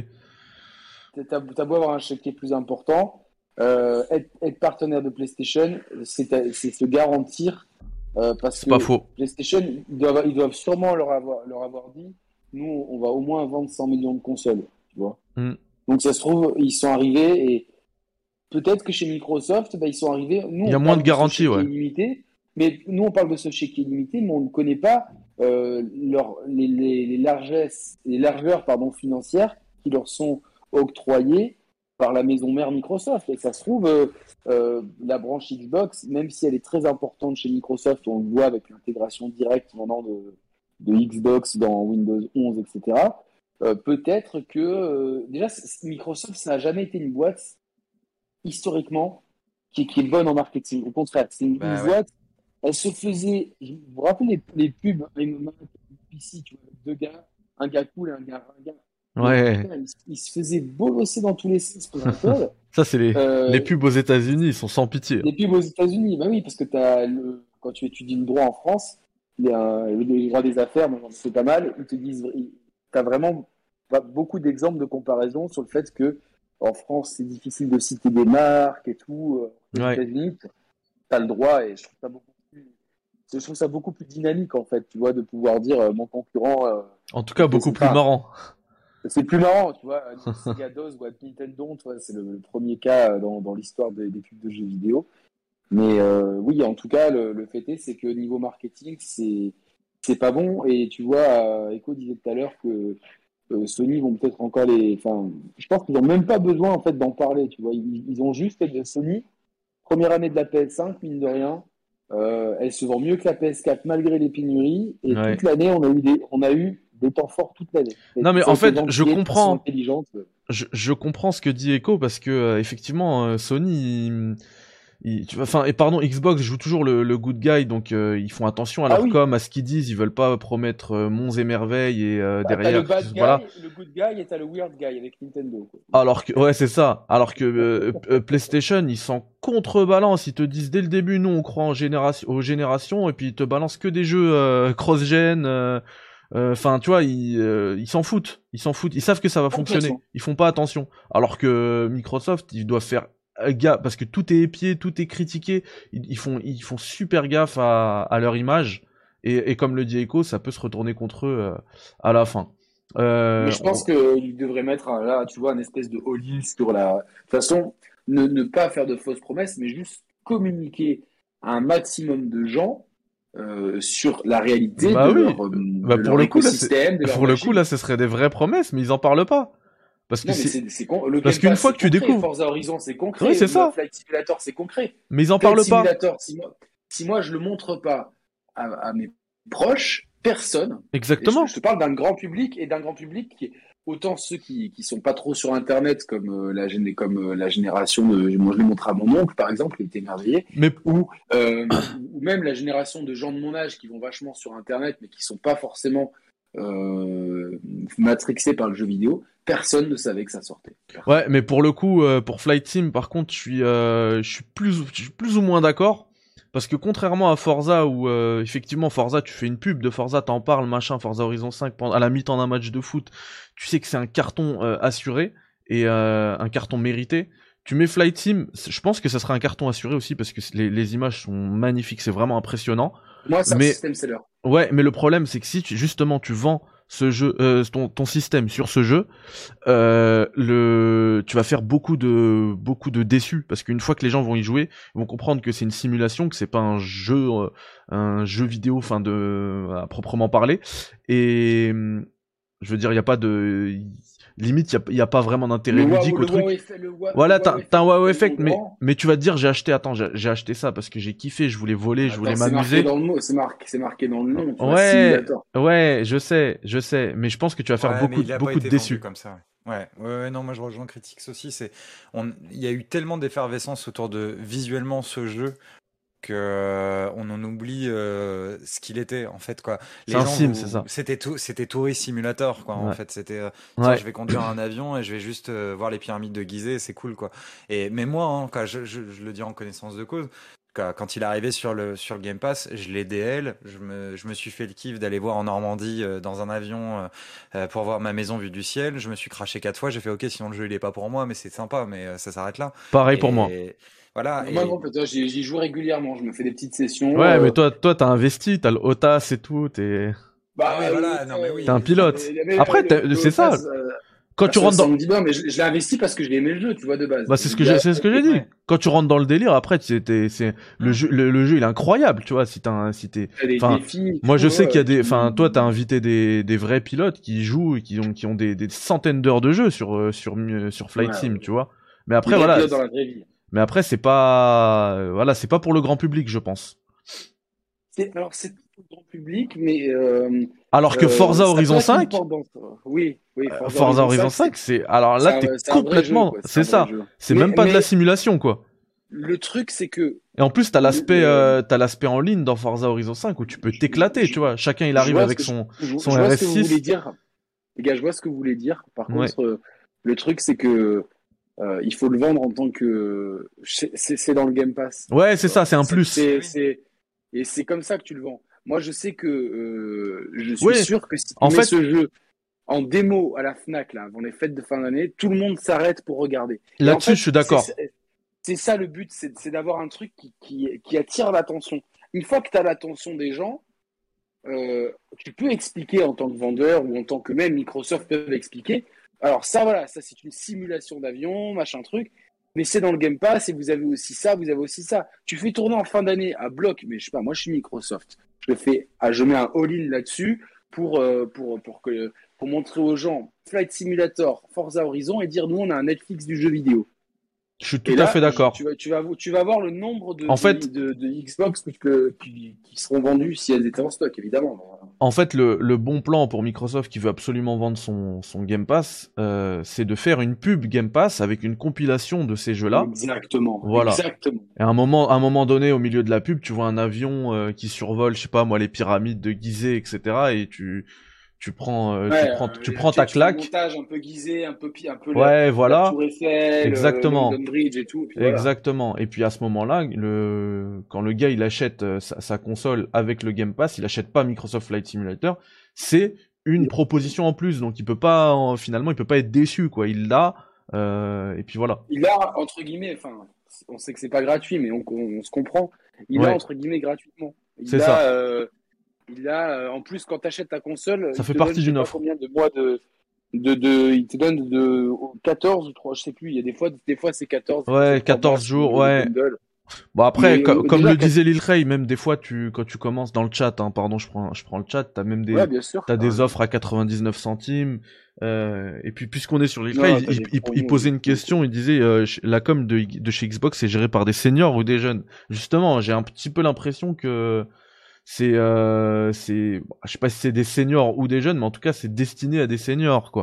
t'as, t'as beau avoir un chèque qui est plus important, euh, être, être partenaire de PlayStation, c'est, c'est se garantir, euh, parce c'est pas que faux. PlayStation, ils doivent, ils doivent sûrement leur avoir, leur avoir dit, nous, on va au moins vendre cent millions de consoles, tu vois. Mm. Donc ça se trouve, ils sont arrivés et peut-être que chez Microsoft, bah, ils sont arrivés. Nous, Il y a on moins de parle de ce garanties, chèque ouais. illimité, mais nous, on parle de ce chèque illimité, mais on ne connaît pas euh, leur, les, les, les largesses, les largeurs pardon, financières qui leur sont octroyées par la maison mère Microsoft. Et ça se trouve, euh, euh, la branche Xbox, même si elle est très importante chez Microsoft, on le voit avec l'intégration directe maintenant de, de Xbox dans Windows onze, et cetera. Euh, peut-être que euh, déjà Microsoft, ça n'a jamais été une boîte historiquement, qui, qui est bonne en marketing. Au contraire, c'est une, une Bah ouais. boîte, elle se faisait. Vous vous rappelez les, les pubs M M A, P C, tu vois, avec deux gars, un gars cool et un gars ringard. Mais Ouais. putain, il, il se faisait bolosser dans tous les sens pour un code. Ça, c'est les, les Euh, pubs aux États-Unis, ils sont sans pitié. les pubs aux États-Unis, bah oui, parce que t'as le, quand tu étudies le droit en France, il y a le droit des affaires, donc c'est pas mal. Ils te disent, tu as vraiment bah, beaucoup d'exemples de comparaison sur le fait que en France, c'est difficile de citer des marques et tout. Aux Ouais. États-Unis, tu as le droit et je trouve ça beaucoup plus, je trouve ça beaucoup plus dynamique en fait, tu vois, de pouvoir dire euh, mon concurrent. Euh, En tout cas, beaucoup plus enfin, marrant. c'est plus marrant, tu vois. Sega D O S ou Nintendo, tu vois, c'est le, le premier cas dans, dans l'histoire des, des pubs de jeux vidéo. Mais euh, oui, en tout cas, le, le fait est, c'est que niveau marketing, c'est c'est pas bon. Et tu vois, euh, Echo disait tout à l'heure que euh, Sony vont peut-être encore les. Enfin, je pense qu'ils n'ont même pas besoin en fait d'en parler. Tu vois, ils, ils ont juste Sony première année de la P S cinq, mine de rien. Euh, elle se vend mieux que la P S quatre malgré les pénuries. Et Ouais. toute l'année, on a eu des, on a eu des temps forts toute l'année. Non, mais Ça a en été fait, je ventilé de façon comprends. intelligente. Je, je comprends ce que dit Echo parce que euh, effectivement euh, Sony il, il- tu vois, enfin et pardon, Xbox joue toujours le, le good guy, donc euh, ils font attention à Ah leur oui, com, à ce qu'ils disent, ils veulent pas promettre euh, monts et merveilles et euh, bah, t'as le derrière bad guy, voilà. le good guy et t'as le weird guy avec Nintendo, quoi. Alors que ouais, c'est ça. Alors que euh, euh, PlayStation, ils s'en contrebalancent, ils te disent dès le début nous on croit en génération aux générations et puis ils te balancent que des jeux euh, cross-gen euh, enfin, tu vois, ils euh, ils s'en foutent, ils s'en foutent, ils savent que ça va fonctionner, Complètement. ils font pas attention. Alors que Microsoft, ils doivent faire gaffe parce que tout est épié, tout est critiqué, ils, ils font ils font super gaffe à, à leur image et, et comme le dit Echo, ça peut se retourner contre eux euh, à la fin. Euh, Mais je pense on- qu'il devrait mettre un- là, tu vois, une espèce de all-in sur la. De toute façon, ne, ne pas faire de fausses promesses, mais juste communiquer à un maximum de gens euh, sur la réalité Bah de oui, leur, euh, bah de pour leur le coup là, c'est écosystème, de leur pour le coup machine. là, ce serait des vraies promesses, mais ils en parlent pas parce que Non, mais c'est c'est c'est con. Le parce Game qu'une Pass, fois c'est que tu concret. découvres, Forza Horizon, c'est oui, concret. c'est Le ça, Flight Simulator, c'est concret. mais ils en Flight parlent pas. Simulator, si moi, si moi je le montre pas à, à mes proches, personne. Et je, Exactement. je te parle d'un grand public et d'un grand public qui est autant ceux qui qui sont pas trop sur Internet, comme euh, la géné- comme euh, la génération de, moi je l'ai montré à mon oncle par exemple, il était émerveillé, Mais ou euh, ou même la génération de gens de mon âge qui vont vachement sur Internet, mais qui sont pas forcément euh, matrixés par le jeu vidéo. Personne ne savait que ça sortait. Personne. ouais, mais pour le coup, euh, pour Flight Sim, par contre, je suis, euh, je suis plus, je suis plus ou moins d'accord. Parce que contrairement à Forza, où euh, effectivement Forza, tu fais une pub de Forza, t'en parles, machin, Forza Horizon cinq, pendant- à la mi-temps d'un match de foot, tu sais que c'est un carton euh, assuré et euh, un carton mérité. Tu mets Flight Sim, c- je pense que ça sera un carton assuré aussi parce que c- les, les images sont magnifiques, c'est vraiment impressionnant. Moi, c'est un Mais système seller. ouais, mais le problème c'est que si tu, justement tu vends ce jeu, euh, ton, ton système sur ce jeu, euh, le, tu vas faire beaucoup de, beaucoup de déçus parce qu'une fois que les gens vont y jouer, ils vont comprendre que c'est une simulation, que c'est pas un jeu, euh, un jeu vidéo, enfin de, à proprement parler. Et hum, je veux dire, il y a pas de, limite, il y a, y a pas vraiment d'intérêt Le wow, ludique le au truc. wow effect, le wa- Voilà, le t'as, wow t'as un effect wow est effect, tellement mais, grand. mais tu vas te dire, j'ai acheté, attends, j'ai, j'ai acheté ça parce que j'ai kiffé, je voulais voler, je voulais Attends, c'est marqué m'amuser. dans le mot, c'est marqué, c'est marqué dans le nom, tu vois, Ouais, simulator. ouais, je sais, je sais, mais je pense que tu vas faire Ouais, mais beaucoup, il a pas beaucoup de été vendu déçus. comme ça. Ouais, ouais, ouais, non, moi je rejoins Critics aussi. C'est, on, il y a eu tellement d'effervescence autour de visuellement ce jeu que euh, on en oublie euh, ce qu'il était en fait quoi. C'est Les un gens sim, c'est vous, ça. c'était tout, c'était Tourist Simulator quoi. En Ouais, fait, c'était euh, tiens, ouais. je vais conduire un avion et je vais juste euh, voir les pyramides de Gizeh, c'est cool quoi. Et mais moi, hein, quand je, je, je le dis en connaissance de cause. Quand quand il est arrivé sur le, sur le Game Pass, je l'ai D L, je me, je me suis fait le kiff d'aller voir en Normandie euh, dans un avion euh, euh, pour voir ma maison vue du ciel. Je me suis craché quatre fois, j'ai fait ok, sinon le jeu il est pas pour moi, mais c'est sympa, mais euh, ça s'arrête là. Pareil pour moi. Et voilà, Moi, et non, peut-être, j'y j'y joue régulièrement, je me fais des petites sessions. Ouais, mais euh, toi, toi, t'as investi, t'as le OTAS et tout, t'es, ah oui, bah, le, voilà, non mais t'es un oui, pilote. le, le, Après, le, t'es- le c'est ça. Otas, euh, Quand à tu rentres dans, soixante-dix balles, mais je, je l'ai investi parce que j'ai aimé le jeu, tu vois, de base. bah, c'est ce que Il y j'ai, a- c'est ce que j'ai dit. ouais. Quand tu rentres dans le délire, après, c'est, t'es- c'est, le Hmm. jeu, le, le jeu, il est incroyable, tu vois, si t'as un, si t'es, t'as des enfin, défis et moi, tout, je sais qu'il y a ouais, des, qui- enfin, toi, t'as invité des, des vrais pilotes qui jouent et qui ont, qui ont des, des centaines d'heures de jeu sur, euh, sur, euh, sur Flight Ouais, Sim, ouais. tu vois. Mais Des après, vrais voilà. pilotes dans la vraie vie. Mais après, c'est pas, euh, voilà, c'est pas pour le grand public, je pense. C'est- Alors, c'est pour le grand public, mais euh, Alors que euh, Forza ça peut Horizon être une cinq, porte d'entrée. Oui, oui, euh, Forza Forza Horizon Horizon cinq, c'est cinq, c'est, alors c'est là, un, t'es c'est un vrai jeu, complètement, quoi. C'est c'est un vrai ça. jeu. C'est Mais, même pas de la mais simulation, quoi. le truc, c'est que Et en plus, t'as le, l'aspect, le- euh, t'as l'aspect en ligne dans Forza Horizon cinq où tu peux je, t'éclater, je- tu vois. Chacun, il je arrive vois ce avec que je, son, je- son je vois ce que vous voulez R S six. dire, les gars. Je vois ce que vous voulez dire. Par Ouais. contre, euh, le truc, c'est que euh, il faut le vendre en tant que c'est c'est- c'est dans le Game Pass. Ouais, Tu c'est vois. ça, c'est un C'est plus. c'est Oui. c'est et c'est comme ça que tu le vends. Moi, je sais que euh, je suis Oui, sûr que si tu en mets fait, ce jeu en démo à la Fnac là, avant les fêtes de fin d'année, tout le monde s'arrête pour regarder. Et en là-dessus, je fait, suis c'est d'accord. c'est ça le but, c'est c'est d'avoir un truc qui, qui, qui attire l'attention. Une fois que tu as l'attention des gens, euh, tu peux expliquer en tant que vendeur ou en tant que même Microsoft peuvent expliquer. Alors ça, voilà, ça c'est une simulation d'avion, machin truc, mais c'est dans le Game Pass et vous avez aussi ça, vous avez aussi ça. Tu fais tourner en fin d'année à bloc, mais je sais pas, moi je suis Microsoft, je fais, ah, je mets un all-in là-dessus pour, euh, pour, pour, que, pour montrer aux gens Flight Simulator, Forza Horizon et dire nous on a un Netflix du jeu vidéo. Je suis Et tout à fait là, je- d'accord. tu vas, tu vas, tu vas voir le nombre de, En de, fait, de, de Xbox que, que- qui, qui seront vendus si elles étaient en stock, évidemment. en fait, le, le bon plan pour Microsoft qui veut absolument vendre son, son Game Pass, euh, c'est de faire une pub Game Pass avec une compilation de ces jeux-là. Exactement. Voilà. Exactement. Et à un moment, à un moment donné, au milieu de la pub, tu vois un avion euh, qui survole, je sais pas moi, les pyramides de Gizeh, et cetera. Et tu, tu prends, euh, tu Ouais, prends, euh, tu prends tu, ta tu fais le claque. montage un peu Gizeh, un peu, pi- un peu la, Ouais, la voilà. Tour Eiffel, euh, Exactement. London Bridge et tout. Et puis voilà. Exactement. Et puis à ce moment-là, le quand le gars il achète euh, sa, sa console avec le Game Pass, il achète pas Microsoft Flight Simulator, c'est une proposition en plus, donc il peut pas en- finalement il peut pas être déçu quoi. Il l'a euh, et puis voilà. Il a, entre guillemets, enfin, on sait que c'est pas gratuit, mais on, on, on se comprend. Il Ouais. a, entre guillemets, gratuitement. Il C'est a, ça. euh, il a, euh, en plus, quand tu achètes ta console, Ça il fait te partie donne, je sais d'une pas offre. combien de mois de, de, de, il te donne de quatorze ou trois, je sais plus. Il y a des fois, des fois c'est quatorze, des fois Ouais, c'est trois quatorze mois, jours, selon le ouais. bundle. Bon après, Mais, co- euh, comme déjà, le quat- disait Lil Ray, même des fois tu quand tu commences dans le chat, hein, pardon, je prends je prends le chat, t'as même des Ouais, bien sûr. t'as t'as des raison. offres à quatre-vingt-dix-neuf centimes. Euh, et puis puisqu'on est sur Lil Non, Ray, non, il, t'as il, des il- promos, il posait des une promos. question, il disait euh, ch- la com de, de chez Xbox est gérée par des seniors ou des jeunes. Justement, j'ai un petit peu l'impression que c'est euh, c'est bon, je sais pas si c'est des seniors ou des jeunes, mais en tout cas c'est destiné à des seniors quoi.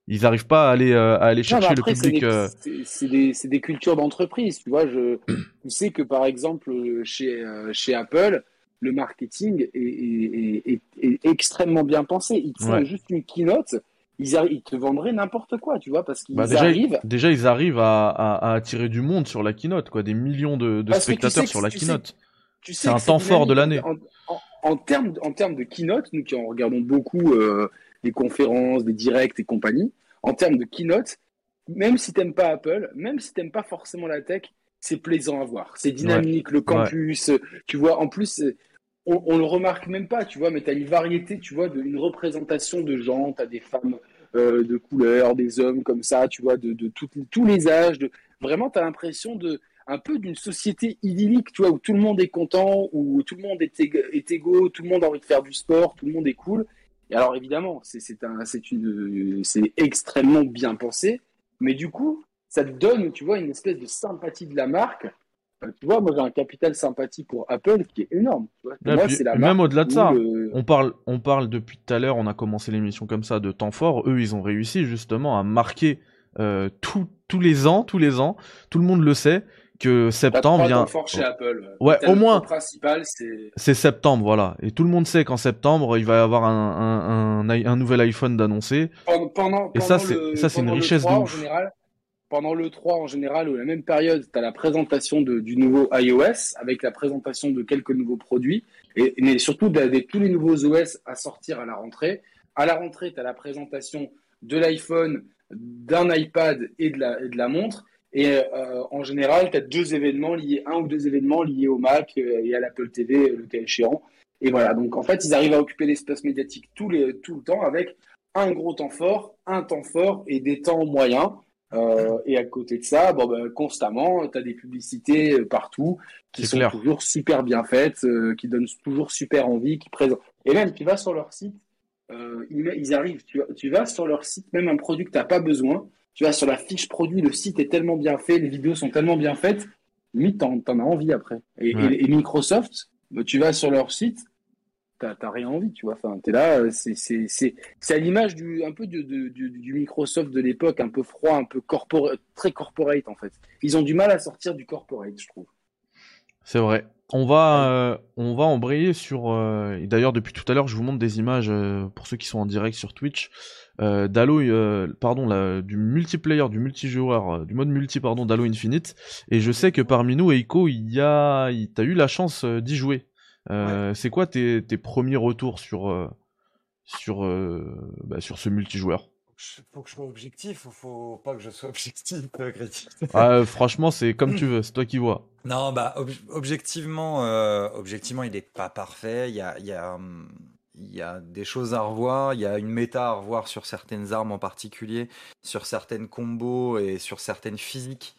ils arrivent pas à aller euh, à aller Non, mais chercher le après, c'est public. des, euh, c'est, c'est des, c'est des cultures d'entreprise. Tu vois, je, tu sais que par exemple, euh, chez, euh, chez Apple, le marketing est, est, est, est, est extrêmement bien pensé. Ils te font Ouais. juste une keynote, ils, arri- ils te vendraient n'importe quoi, tu vois, parce Bah qu'ils déjà, arrivent. déjà ils arrivent à, à, à attirer du monde sur la keynote, quoi, des millions de, de Parce que tu sais spectateurs que, sur la tu sais, keynote. tu C'est sais un que c'est temps fort de dynamique en, l'année. en, en, en termes, en termes de keynote, nous qui en regardons beaucoup euh, des conférences, des directs et compagnie, en termes de keynote, même si t'aimes pas Apple, même si t'aimes pas forcément la tech, c'est plaisant à voir. C'est Ouais, dynamique, le ouais, campus, euh, tu vois. En plus, euh, on, on le remarque même pas, tu vois, mais t'as une variété, tu vois, de, une représentation de gens. T'as des femmes euh, de couleur, des hommes comme ça, tu vois, de, de tout- tous les âges. De, vraiment, t'as l'impression de un peu d'une société idyllique, tu vois, où tout le monde est content, où tout le monde est, ég- est égaux, tout le monde a envie de faire du sport, tout le monde est cool. Et alors évidemment, c'est c'est un, c'est une, c'est extrêmement bien pensé, mais du coup, ça te donne, tu vois, une espèce de sympathie de la marque. Euh, Tu vois, moi j'ai un capital sympathie pour Apple qui est énorme. Tu vois. Pour et moi, puis c'est la même marque au-delà de où ça, le. on parle, on parle depuis tout à l'heure, on a commencé l'émission comme ça de temps fort. Eux, ils ont réussi justement à marquer euh, tout- tous les ans, tous les ans, tout le monde le sait que T'as septembre trois temps vient. forts chez Apple, mais Ouais, t'as au le point moins, principal, c'est c'est septembre, voilà. Et tout le monde sait qu'en septembre, il va y avoir un, un, un, un nouvel iPhone d'annoncer. pendant, pendant, Et ça, pendant c'est, le ça, c'est une pendant le richesse de trois en ouf. général. Pendant l'E trois en général, ou la même période, tu as la présentation de, du nouveau iOS avec la présentation de quelques nouveaux produits, et, mais surtout avec tous les nouveaux O S à sortir à la rentrée. À la rentrée, tu as la présentation de l'iPhone, d'un iPad et de la, et de la montre. Et euh, en général, tu as deux événements liés, un ou deux événements liés au Mac euh, et à l'Apple T V, le cas échéant. Et voilà, donc en fait, ils arrivent à occuper l'espace médiatique tout, les, tout le temps avec un gros temps fort, un temps fort et des temps moyens. Euh, et à côté de ça, bon, ben, constamment, tu as des publicités euh, partout qui C'est sont clair. toujours super bien faites, euh, qui donnent toujours super envie, qui présentent. Et même, tu vas sur leur site, euh, ils, ils arrivent, tu, tu vas sur leur site, même un produit que tu n'as pas besoin, tu vas sur la fiche produit, le site est tellement bien fait, les vidéos sont tellement bien faites, limite, t'en, t'en as envie après. Et, Ouais. et, et Microsoft, bah, tu vas sur leur site, t'as, t'as rien envie, tu vois. Enfin, t'es là, euh, c'est, c'est, c'est, c'est à l'image du, un peu de, de- du, du Microsoft de l'époque, un peu froid, un peu corporate, très corporate en fait. Ils ont du mal à sortir du corporate, je trouve. C'est vrai. On va, euh, on va embrayer sur. euh, et d'ailleurs, depuis tout à l'heure, je vous montre des images euh, pour ceux qui sont en direct sur Twitch. Euh, d'Halo, euh, pardon, la- du multiplayer, du multijoueur, euh, du mode multi, pardon, d'Halo Infinite. Et je sais que parmi nous, Eiko, il y a, il- t'as eu la chance euh, d'y jouer. Euh, c'est quoi tes, tes premiers retours sur, euh, sur, euh, bah, sur ce multijoueur? Je- Faut que je sois objectif ou faut pas que je sois objectif, euh, critique. Ah, euh, franchement, c'est comme tu veux, c'est toi qui vois. Non, bah ob- objectivement, euh, objectivement, il est pas parfait. Il y a, il y a, hum, il y a des choses à revoir. Il y a une méta à revoir sur certaines armes en particulier, sur certaines combos et sur certaines physiques.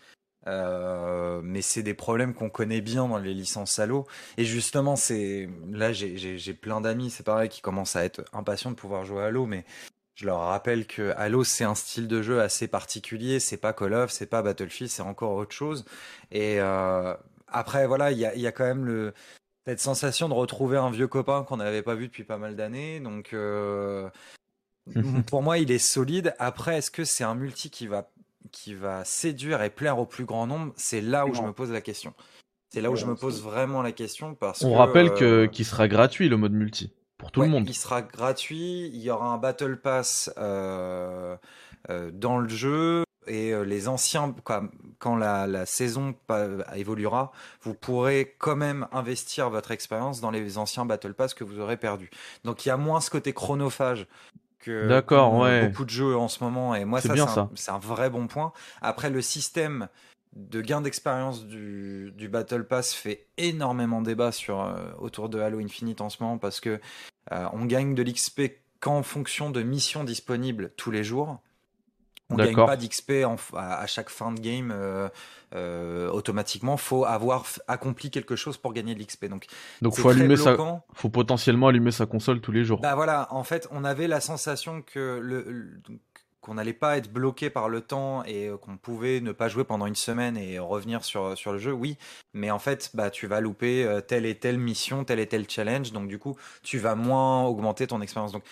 Euh, mais c'est des problèmes qu'on connaît bien dans les licences Halo. Et justement, c'est là, j'ai j'ai- j'ai plein d'amis, c'est pareil, qui commencent à être impatients de pouvoir jouer à Halo, mais je leur rappelle que Halo, c'est un style de jeu assez particulier. C'est pas Call of, c'est pas Battlefield, c'est encore autre chose. Et euh, après, voilà, il y a, il y a quand même le, cette sensation de retrouver un vieux copain qu'on n'avait pas vu depuis pas mal d'années. Donc, euh, pour moi, il est solide. Après, est-ce que c'est un multi qui va, qui va séduire et plaire au plus grand nombre? C'est là où je me Non. pose la question. C'est là où je Voilà, me pose c'est- vraiment la question parce On que rappelle que euh, qu'il sera gratuit le mode multi pour tout le ouais, monde. il sera gratuit. Il y aura un Battle Pass euh, euh, dans le jeu. Et euh, les anciens, quand, quand la, la saison pa- évoluera, vous pourrez quand même investir votre expérience dans les anciens Battle Pass que vous aurez perdus. Donc il y a moins ce côté chronophage que D'accord, qu'ont euh, ouais, beaucoup de jeux en ce moment. Et moi, c'est ça, bien c'est un, ça. c'est un vrai bon point. Après, le système de gain d'expérience du, du Battle Pass fait énormément débat sur, euh, autour de Halo Infinite en ce moment parce que euh, on gagne de l'X P qu'en fonction de missions disponibles tous les jours. On gagne pas D'accord. d'X P en f- à, à chaque fin de game euh, euh, automatiquement. Faut avoir f- accompli quelque chose pour gagner de l'X P. Donc Donc c'est faut très allumer sa, bloquant. faut potentiellement allumer sa console tous les jours. Bah voilà, en fait, on avait la sensation que le, le- qu'on n'allait pas être bloqué par le temps et euh, qu'on pouvait ne pas jouer pendant une semaine et revenir sur, sur le jeu, oui. Mais en fait, bah, tu vas louper euh, telle et telle mission, tel et tel challenge. Donc du coup, tu vas moins augmenter ton expérience. Donc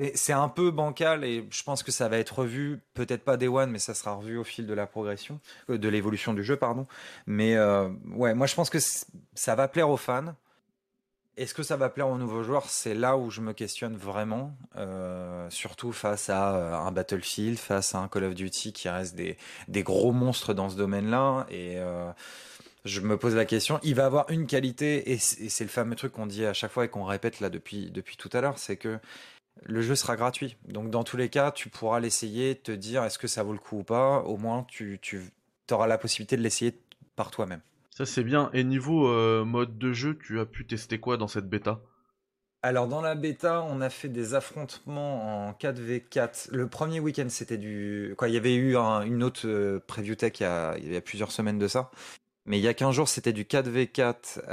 Mais c'est un peu bancal et je pense que ça va être revu, peut-être pas Day One, mais ça sera revu au fil de la progression, euh, de l'évolution du jeu, pardon. Mais euh, ouais, moi je pense que c- ça va plaire aux fans. Est-ce que ça va plaire aux nouveaux joueurs? C'est là où je me questionne vraiment, euh, surtout face à euh, un Battlefield, face à un Call of Duty qui reste des, des gros monstres dans ce domaine-là. Et euh, je me pose la question, il va avoir une qualité, et c'est et c'est le fameux truc qu'on dit à chaque fois et qu'on répète là depuis, depuis tout à l'heure, c'est que le jeu sera gratuit. Donc dans tous les cas, tu pourras l'essayer, te dire est-ce que ça vaut le coup ou pas. Au moins, tu, tu auras la possibilité de l'essayer par toi-même. Ça c'est bien. Et niveau euh, mode de jeu, tu as pu tester quoi dans cette bêta? Alors dans la bêta, on a fait des affrontements en quatre v quatre. Le premier week-end, c'était du... Quoi, il y avait eu un- une autre euh, preview tech il y, a, il y a plusieurs semaines de ça. Mais il y a quinze jours, c'était du quatre v quatre,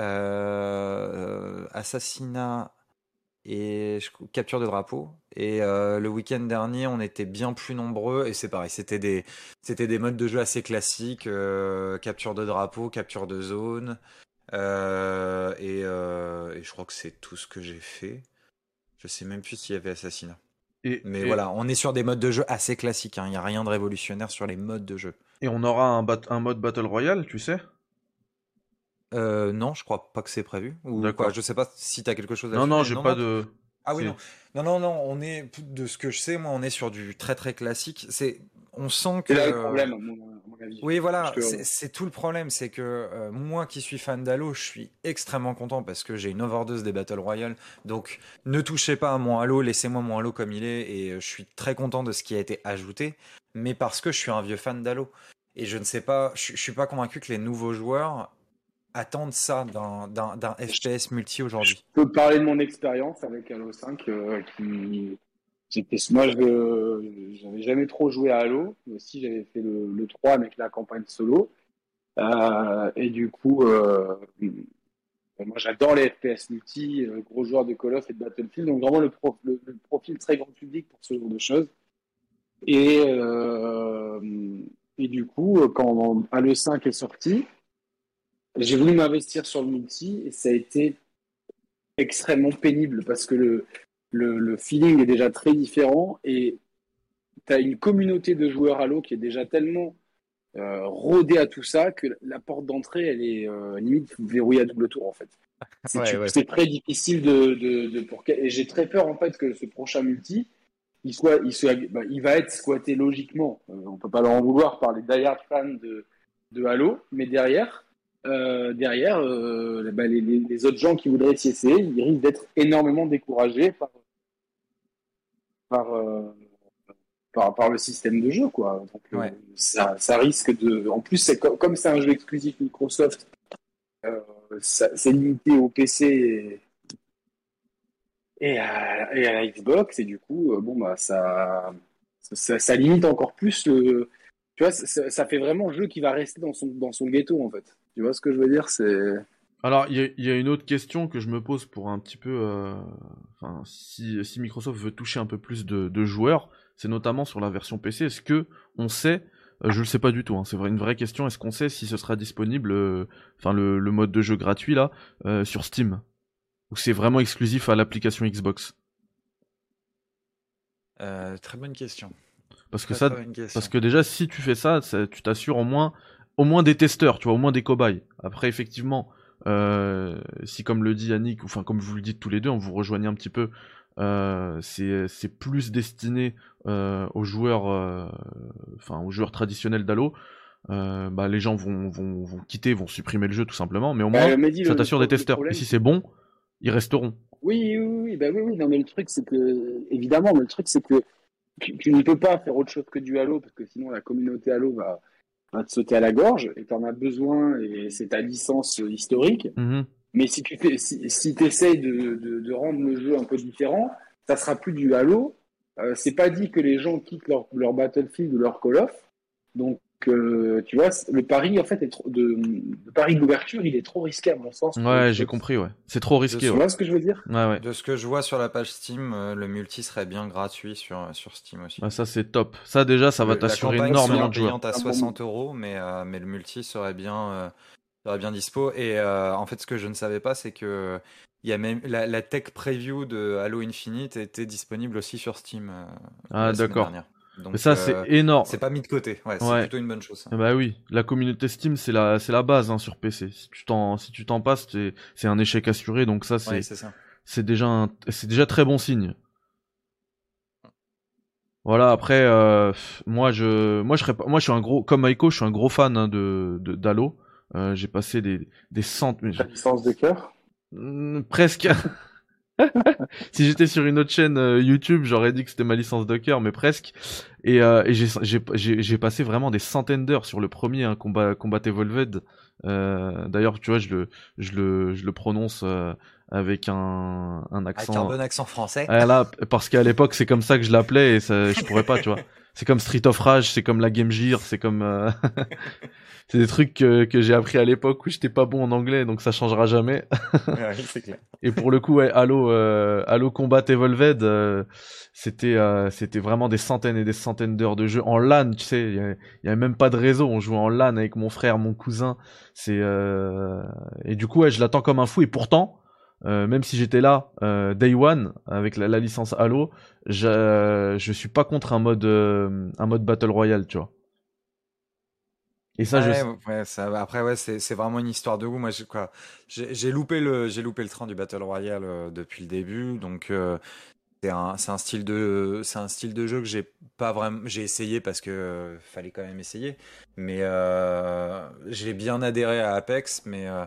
euh, assassinat et je- capture de drapeau. Et euh, le week-end dernier, on était bien plus nombreux et c'est pareil, c'était des, c'était des modes de jeu assez classiques, euh, capture de drapeau, capture de zone, euh, et, euh, et je crois que c'est tout ce que j'ai fait. Je sais même plus s'il y avait assassinat. Et, Mais et, voilà, on est sur des modes de jeu assez classiques, hein. Il n'y a rien de révolutionnaire sur les modes de jeu. et on aura un, bat- un mode Battle Royale, tu sais? Euh, non, je crois pas que c'est prévu. Ou quoi, D'accord. je sais pas si t'as quelque chose Non, là-dessus, non, mais j'ai non, pas non. de. Ah oui, non. C'est. Non, non, non, on est, de ce que je sais, moi, on est sur du très très classique. C'est, on sent C'est là le que, problème, à mon, à mon avis. oui, Parce voilà, que, c'est c'est tout le problème, c'est que euh, moi qui suis fan d'Halo, je suis extrêmement content parce que j'ai une overdose des Battle Royale. Donc ne touchez pas à mon Halo, laissez-moi mon Halo comme il est et euh, je suis très content de ce qui a été ajouté, mais parce que je suis un vieux fan d'Halo. Et je ne sais pas, je, je suis pas convaincu que les nouveaux joueurs attendent ça d'un d'un d'un je, F P S multi je aujourd'hui. peux parler de mon expérience avec Halo cinq, euh, qui, j'étais, moi, je j'avais jamais trop joué à Halo, mais aussi j'avais fait le, le trois avec la campagne solo. Euh, et du coup, euh, moi j'adore les F P S multi, euh, gros joueur de Call of et de Battlefield, donc vraiment le, pro, le, le profil très grand public pour ce genre de choses. Et, euh, et du coup, quand Halo cinq est sorti, j'ai voulu m'investir sur le multi et ça a été extrêmement pénible parce que le, le, le feeling est déjà très différent et tu as une communauté de joueurs Halo qui est déjà tellement euh, rodée à tout ça que la porte d'entrée, elle est euh, limite verrouillée à double tour en fait. C'est, Ouais, tu, ouais. c'est très difficile de, de, de pour, et j'ai très peur en fait que ce prochain multi, il, soit, il, soit, bah, il va être squatté logiquement. Euh, on peut pas leur en vouloir par les die-hard fans de, de Halo, mais derrière, euh, derrière euh, bah, les, les, les autres gens qui voudraient s'y essayer, ils risquent d'être énormément découragés par, par, euh, par, par le système de jeu, quoi. Donc, euh, Ouais. ça, ça risque de. En plus, c'est comme, comme c'est un jeu exclusif Microsoft, euh, ça, c'est limité au P C et, et, à, et à la Xbox, et du coup, euh, bon, bah, ça, ça, ça limite encore plus le. Tu vois, ça, ça fait vraiment un jeu qui va rester dans son, dans son ghetto, en fait. Tu vois ce que je veux dire? C'est. Alors, il y, a- il y a une autre question que je me pose pour un petit peu. euh, Enfin, si, si Microsoft veut toucher un peu plus de, de joueurs, c'est notamment sur la version P C. Est-ce que on sait, euh, je le sais pas du tout, hein, c'est vrai, une vraie question, est-ce qu'on sait si ce sera disponible, euh, enfin le, le mode de jeu gratuit là, euh, sur Steam? Ou c'est vraiment exclusif à l'application Xbox? Euh, très bonne question. Parce que Très ça, très bonne question. parce que déjà, si tu fais ça, ça tu t'assures au moins, au moins des testeurs, tu vois, au moins des cobayes. Après, effectivement, euh, si comme le dit Yannick, ou enfin comme vous le dites tous les deux, on vous rejoignez un petit peu, euh, c'est c'est plus destiné euh, aux joueurs, euh, enfin aux joueurs traditionnels d'Halo. Euh, bah les gens vont, vont vont quitter, vont supprimer le jeu tout simplement, mais au moins Bah, Mehdi, ça le, le, t'assure des pro- le testeurs. Et problème, si c'est c'est bon, ils resteront. oui, oui, oui, oui, bah oui, oui, non, mais le truc, c'est que, évidemment, mais le truc, c'est que tu, tu ne peux pas faire autre chose que du Halo, parce que sinon la communauté Halo va, va te sauter à la gorge, et tu en as besoin, et c'est ta licence euh, historique. Mhm. Mais si tu fais, si, si essayes de, de, de rendre le jeu un peu différent, ça sera plus du Halo. Euh, c'est pas dit que les gens quittent leur, leur Battlefield ou leur Call of. Donc, euh, tu vois, le pari, en fait, est trop, de, le pari d'ouverture, il est trop risqué, à mon sens, pour Ouais, j'ai Xbox. compris, ouais. C'est trop risqué, Je Tu ouais. vois ce que je veux dire? Ouais, ouais. De ce que je vois sur la page Steam, euh, le multi serait bien gratuit sur, sur Steam aussi. Ah, ça c'est top. Ça déjà, ça va Le- la t'assurer campagne énormément serait de joueurs. payante à Ah bon. soixante euros, mais, euh, mais le multi serait bien, euh, j'aurais bien dispo. Et euh, en fait, ce que je ne savais pas, c'est que il y a même la, la tech preview de Halo Infinite était disponible aussi sur Steam euh, Ah, la semaine d'accord. dernière. Mais Donc, ça, c'est euh, énorme. c'est pas mis de côté. Ouais, c'est Ouais. plutôt une bonne chose. Ça. Eh bah oui, la communauté Steam, c'est la, c'est la base hein, sur P C. Si tu t'en, si tu t'en passes, c'est, c'est un échec assuré. Donc ça, Ouais, c'est, c'est ça. c'est déjà, un, c'est déjà très bon signe. Voilà. Après, euh, pff, moi, je, moi, je serais pas, moi, je suis un gros, comme Aiko, je suis un gros fan hein, de, de d'Halo. Euh, j'ai passé des, des centaines, Ta licence de cœur? presque. Si j'étais sur une autre chaîne euh, YouTube, j'aurais dit que c'était ma licence Docker, mais presque. Et, euh, et j'ai, j'ai, j'ai, j'ai passé vraiment des centaines d'heures sur le premier hein, combat, Combat Evolved. Euh, d'ailleurs, tu vois, je le, je le, je le prononce euh, avec un, un Avec un accent. bon accent français. Ah, là, parce qu'à l'époque, c'est comme ça que je l'appelais et ça, je pourrais pas, tu vois. C'est comme Street of Rage, c'est comme la Game Gear, c'est comme. euh, c'est des trucs que, que j'ai appris à l'époque où j'étais pas bon en anglais, donc ça changera jamais. Ouais, c'est clair. Et pour le coup, ouais, Halo, euh, Halo Combat Evolved, euh, c'était, euh, c'était vraiment des centaines et des centaines d'heures de jeu en LAN, tu sais. Il y, avait y avait même pas de réseau, on jouait en LAN avec mon frère, mon cousin. C'est euh... et du coup, ouais, je l'attends comme un fou. Et pourtant, euh, même si j'étais là euh, Day One avec la, la licence Halo, je, je suis pas contre un mode, euh, un mode Battle Royale, tu vois. Et ça, je. Ouais, ouais, ça, va. Après, ouais, c'est, c'est vraiment une histoire de goût. Moi, j'ai, quoi, j'ai, j'ai loupé le, j'ai loupé le train du Battle Royale euh, depuis le début. Donc, euh, c'est un, c'est un style de, c'est un style de jeu que j'ai pas vraiment, j'ai essayé parce que euh, fallait quand même essayer. Mais euh, j'ai bien adhéré à Apex, mais euh,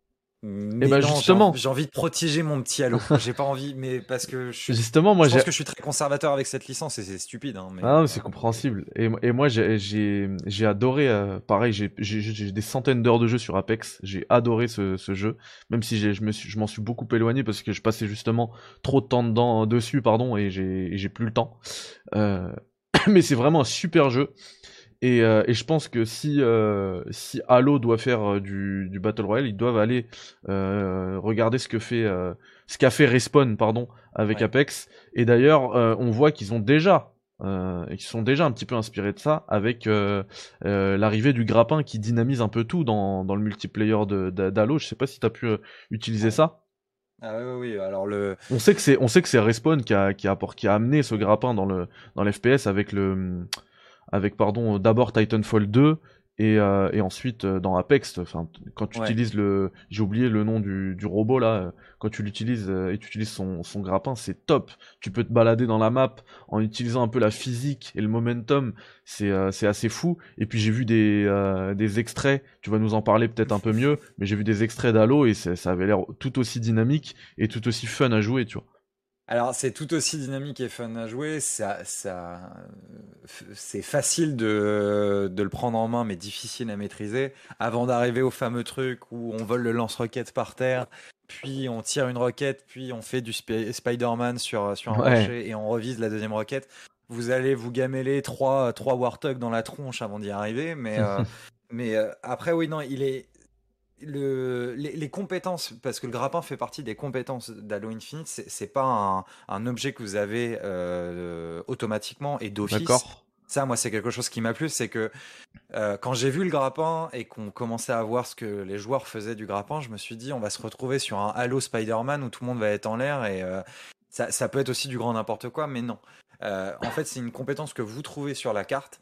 Et mais ben non, j'ai envie, justement, j'ai envie de protéger mon petit Halo. J'ai pas envie, mais parce que je suis, justement, moi je j'ai. pense que je suis très conservateur avec cette licence et c'est stupide, hein, mais Ah, mais euh, c'est compréhensible. Et, et moi, j'ai, j'ai, j'ai adoré. euh, pareil, j'ai, j'ai, j'ai des centaines d'heures de jeu sur Apex. J'ai adoré ce, ce jeu, même si j'ai, je me suis, je m'en suis beaucoup éloigné parce que je passais justement trop de temps dedans, dessus, pardon, et j'ai, et j'ai plus le temps. Euh, mais c'est vraiment un super jeu. Et, euh, et je pense que si, euh, si Halo doit faire euh, du, du Battle Royale, ils doivent aller euh, regarder ce que fait, euh, ce qu'a fait Respawn, pardon, avec ouais. Apex. Et d'ailleurs, euh, on voit qu'ils ont déjà, euh, et qu'ils sont déjà un petit peu inspirés de ça avec euh, euh, l'arrivée du grappin qui dynamise un peu tout dans, dans le multiplayer de, de- d'Halo. Je sais pas si t'as pu euh, utiliser Ouais. ça. Ah oui, oui, oui. Alors le, On sait que c'est, on sait que c'est Respawn qui a, qui a, apport- qui a amené ce grappin dans le, dans l'F P S avec le, avec pardon d'abord Titanfall deux et, euh, et ensuite euh, dans Apex, enfin quand tu ouais. utilises le, j'ai oublié le nom du, du robot là, euh, quand tu l'utilises euh, et tu utilises son, son grappin, c'est top. Tu peux te balader dans la map en utilisant un peu la physique et le momentum, c'est euh, c'est assez fou. Et puis j'ai vu des euh, des extraits, tu vas nous en parler peut-être un peu mieux, mais j'ai vu des extraits d'Halo et ça avait l'air tout aussi dynamique et tout aussi fun à jouer, tu vois. Alors, c'est tout aussi dynamique et fun à jouer. Ça, ça, f- c'est facile de, de le prendre en main, mais difficile à maîtriser. Avant d'arriver au fameux truc où on vole le lance-roquette par terre, puis on tire une roquette, puis on fait du Sp- Spider-Man sur, sur un Ouais. rocher et on revise la deuxième roquette. Vous allez vous gameler trois, trois Warthogs dans la tronche avant d'y arriver, mais, euh, mais euh, après, oui, non, il est, le, les, les compétences, parce que le grappin fait partie des compétences d'Halo Infinite, c'est c'est pas un, un objet que vous avez euh, automatiquement et d'office. D'accord. Ça, moi, c'est quelque chose qui m'a plu, c'est que euh, quand j'ai vu le grappin et qu'on commençait à voir ce que les joueurs faisaient du grappin, je me suis dit, on va se retrouver sur un Halo Spider-Man où tout le monde va être en l'air et euh, ça, ça peut être aussi du grand n'importe quoi, mais non. Euh, en fait, c'est une compétence que vous trouvez sur la carte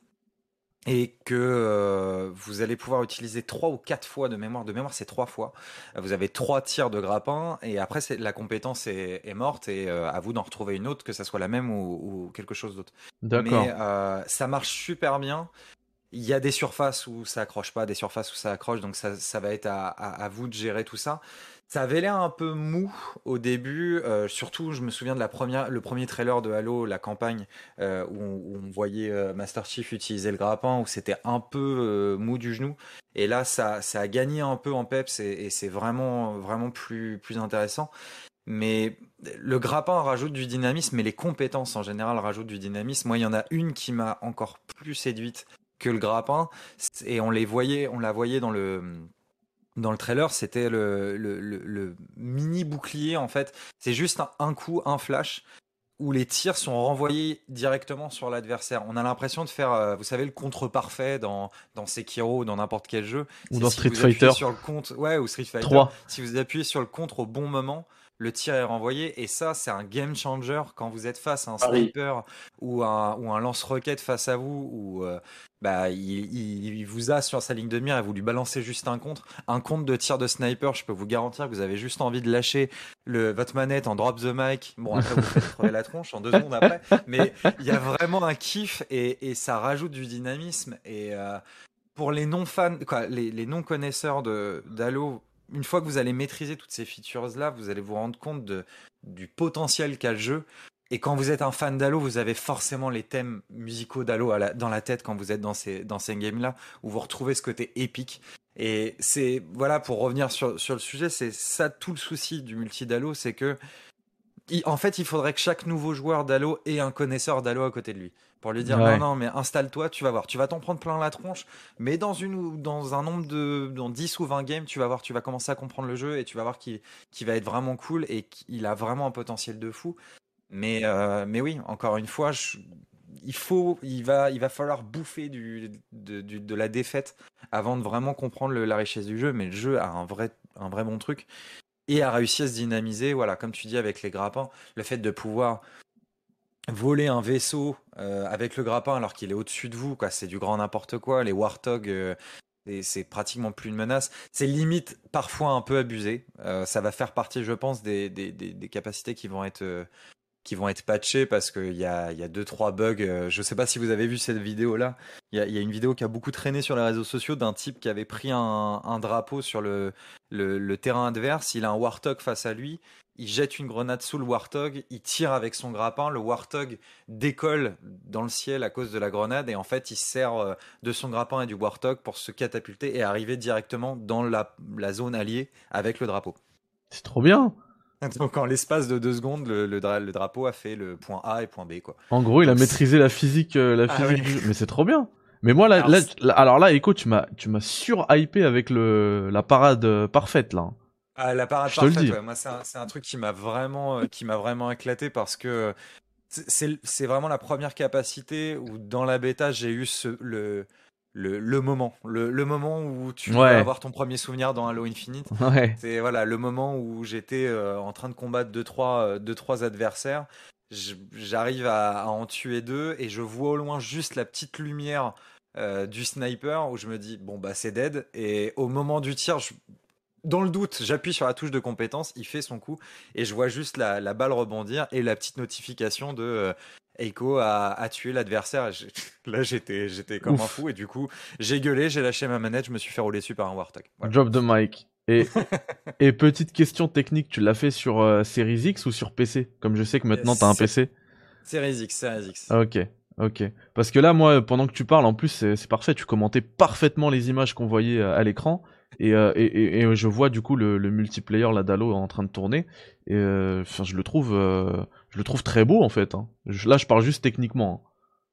et que euh, vous allez pouvoir utiliser trois ou quatre fois de mémoire. De mémoire, c'est trois fois. Euh, Vous avez trois tirs de grappin et après, c'est, la compétence est, est morte et euh, à vous d'en retrouver une autre, que ça soit la même ou, ou quelque chose d'autre. Mais D'accord. euh, ça marche super bien. Il y a des surfaces où ça accroche pas, des surfaces où ça accroche, donc ça, ça va être à, à, à vous de gérer tout ça. Ça avait l'air un peu mou au début, euh, surtout je me souviens de la première, le premier trailer de Halo, la campagne, euh, où, on, où on voyait euh, Master Chief utiliser le grappin, où c'était un peu euh, mou du genou. Et là, ça, ça a gagné un peu en peps et, et c'est vraiment, vraiment plus, plus intéressant. Mais le grappin rajoute du dynamisme, mais les compétences en général rajoutent du dynamisme. Moi, il y en a une qui m'a encore plus séduite que le grappin, et on les voyait, on la voyait dans le dans le trailer, c'était le, le, le, le mini bouclier en fait. C'est juste un, un coup, un flash où les tirs sont renvoyés directement sur l'adversaire. On a l'impression de faire, euh, vous savez, le contre parfait dans, dans Sekiro ou dans n'importe quel jeu. Ou C'est dans si Street vous Fighter appuyez sur le contre, ouais, ou Street Fighter. trois. Si vous appuyez sur le contre au bon moment, le tir est renvoyé. Et ça, c'est un game changer quand vous êtes face à un Paris. sniper ou un, ou un lance-roquette face à vous, ou euh, bah, il, il, il vous a sur sa ligne de mire et vous lui balancez juste un contre. Un contre de tir de sniper, je peux vous garantir que vous avez juste envie de lâcher le, votre manette en drop the mic. Bon, après, vous faites crever la tronche en deux secondes après. Mais il y a vraiment un kiff et, et ça rajoute du dynamisme. Et euh, pour les non-fans, quoi, les, les non-connaisseurs de, d'Halo, une fois que vous allez maîtriser toutes ces features-là, vous allez vous rendre compte de, du potentiel qu'a le jeu. Et quand vous êtes un fan d'Halo, vous avez forcément les thèmes musicaux d'Halo à la- dans la tête quand vous êtes dans ces, dans ces games-là, où vous retrouvez ce côté épique. Et c'est, voilà, pour revenir sur, sur le sujet, c'est ça tout le souci du multi d'Halo, c'est que, il- en fait, il faudrait que chaque nouveau joueur d'Halo ait un connaisseur d'Halo à côté de lui. Pour lui dire, Ouais. non, non, mais installe-toi, tu vas voir. Tu vas t'en prendre plein la tronche, mais dans une ou dans un nombre de, dans dix ou vingt games, tu vas voir, tu vas commencer à comprendre le jeu et tu vas voir qu'il, qu'il va être vraiment cool et qu'il a vraiment un potentiel de fou. Mais, euh, mais oui, encore une fois, je- il faut, il va, il va falloir bouffer du, de, du- de la défaite avant de vraiment comprendre le- la richesse du jeu. Mais le jeu a un vrai, un vrai bon truc et a réussi à se dynamiser. Voilà, comme tu dis avec les grappins, le fait de pouvoir voler un vaisseau euh, avec le grappin alors qu'il est au-dessus de vous, quoi, c'est du grand n'importe quoi. Les Warthog, euh, et c'est pratiquement plus une menace. C'est limite parfois un peu abusé. Euh, ça va faire partie, je pense, des, des, des, des capacités qui vont être euh, qui vont être patchés parce qu'il y a, il y a deux trois bugs. Euh, Je sais pas si vous avez vu cette vidéo là. Il y a, il y a une vidéo qui a beaucoup traîné sur les réseaux sociaux d'un type qui avait pris un, un drapeau sur le, le, le terrain adverse. Il a un Warthog face à lui. Il jette une grenade sous le Warthog. Il tire avec son grappin. Le Warthog décolle dans le ciel à cause de la grenade. Et en fait, il se sert euh, de son grappin et du Warthog pour se catapulter et arriver directement dans la, la zone alliée avec le drapeau. C'est trop bien. Donc en l'espace de deux secondes, le, le, dra- le drapeau a fait le point A et point B, quoi. En gros, il a Donc, maîtrisé la physique, euh, la Ah physique ouais. du jeu. Mais c'est trop bien. Mais moi, là, Alors, là, c'est- là- alors là, Echo, tu m'as, tu m'as sur-hypé avec le, la parade euh, parfaite, là. Ah, la parade Je te le parfaite, dis. ouais. Moi, c'est un, c'est un truc qui m'a vraiment, euh, qui m'a vraiment éclaté parce que c'est, c'est c'est vraiment la première capacité où dans la bêta, j'ai eu ce, le, le, le moment. Le, le moment où tu Ouais. vas avoir ton premier souvenir dans Halo Infinite. Ouais. C'est voilà, le moment où j'étais euh, en train de combattre deux, trois, euh, deux, trois adversaires. Je- J'arrive à, à en tuer deux et je vois au loin juste la petite lumière euh, du sniper où je me dis, bon, bah, c'est dead. Et au moment du tir, je- dans le doute, j'appuie sur la touche de compétence, il fait son coup et je vois juste la, la balle rebondir et la petite notification de euh, Eiko a, a tué l'adversaire. Et j'ai- Là, j'étais, j'étais comme un Ouf. fou et du coup, j'ai gueulé, j'ai lâché ma manette, je me suis fait rouler dessus par un Warthog. Voilà. Drop the mic. Et, et petite question technique, tu l'as fait sur euh, Series X ou sur P C? Comme je sais que maintenant t'as un C'est- P C. Series X, Series X. Ah, ok, ok. Parce que là, moi, pendant que tu parles, en plus, c'est c'est parfait. Tu commentais parfaitement les images qu'on voyait euh, à l'écran. Et, euh, et, et, et je vois du coup le, le multiplayer là d'Halo en train de tourner. Et euh, enfin, je le trouve, euh, je le trouve très beau en fait. Hein. Je- là, je parle juste techniquement. Hein.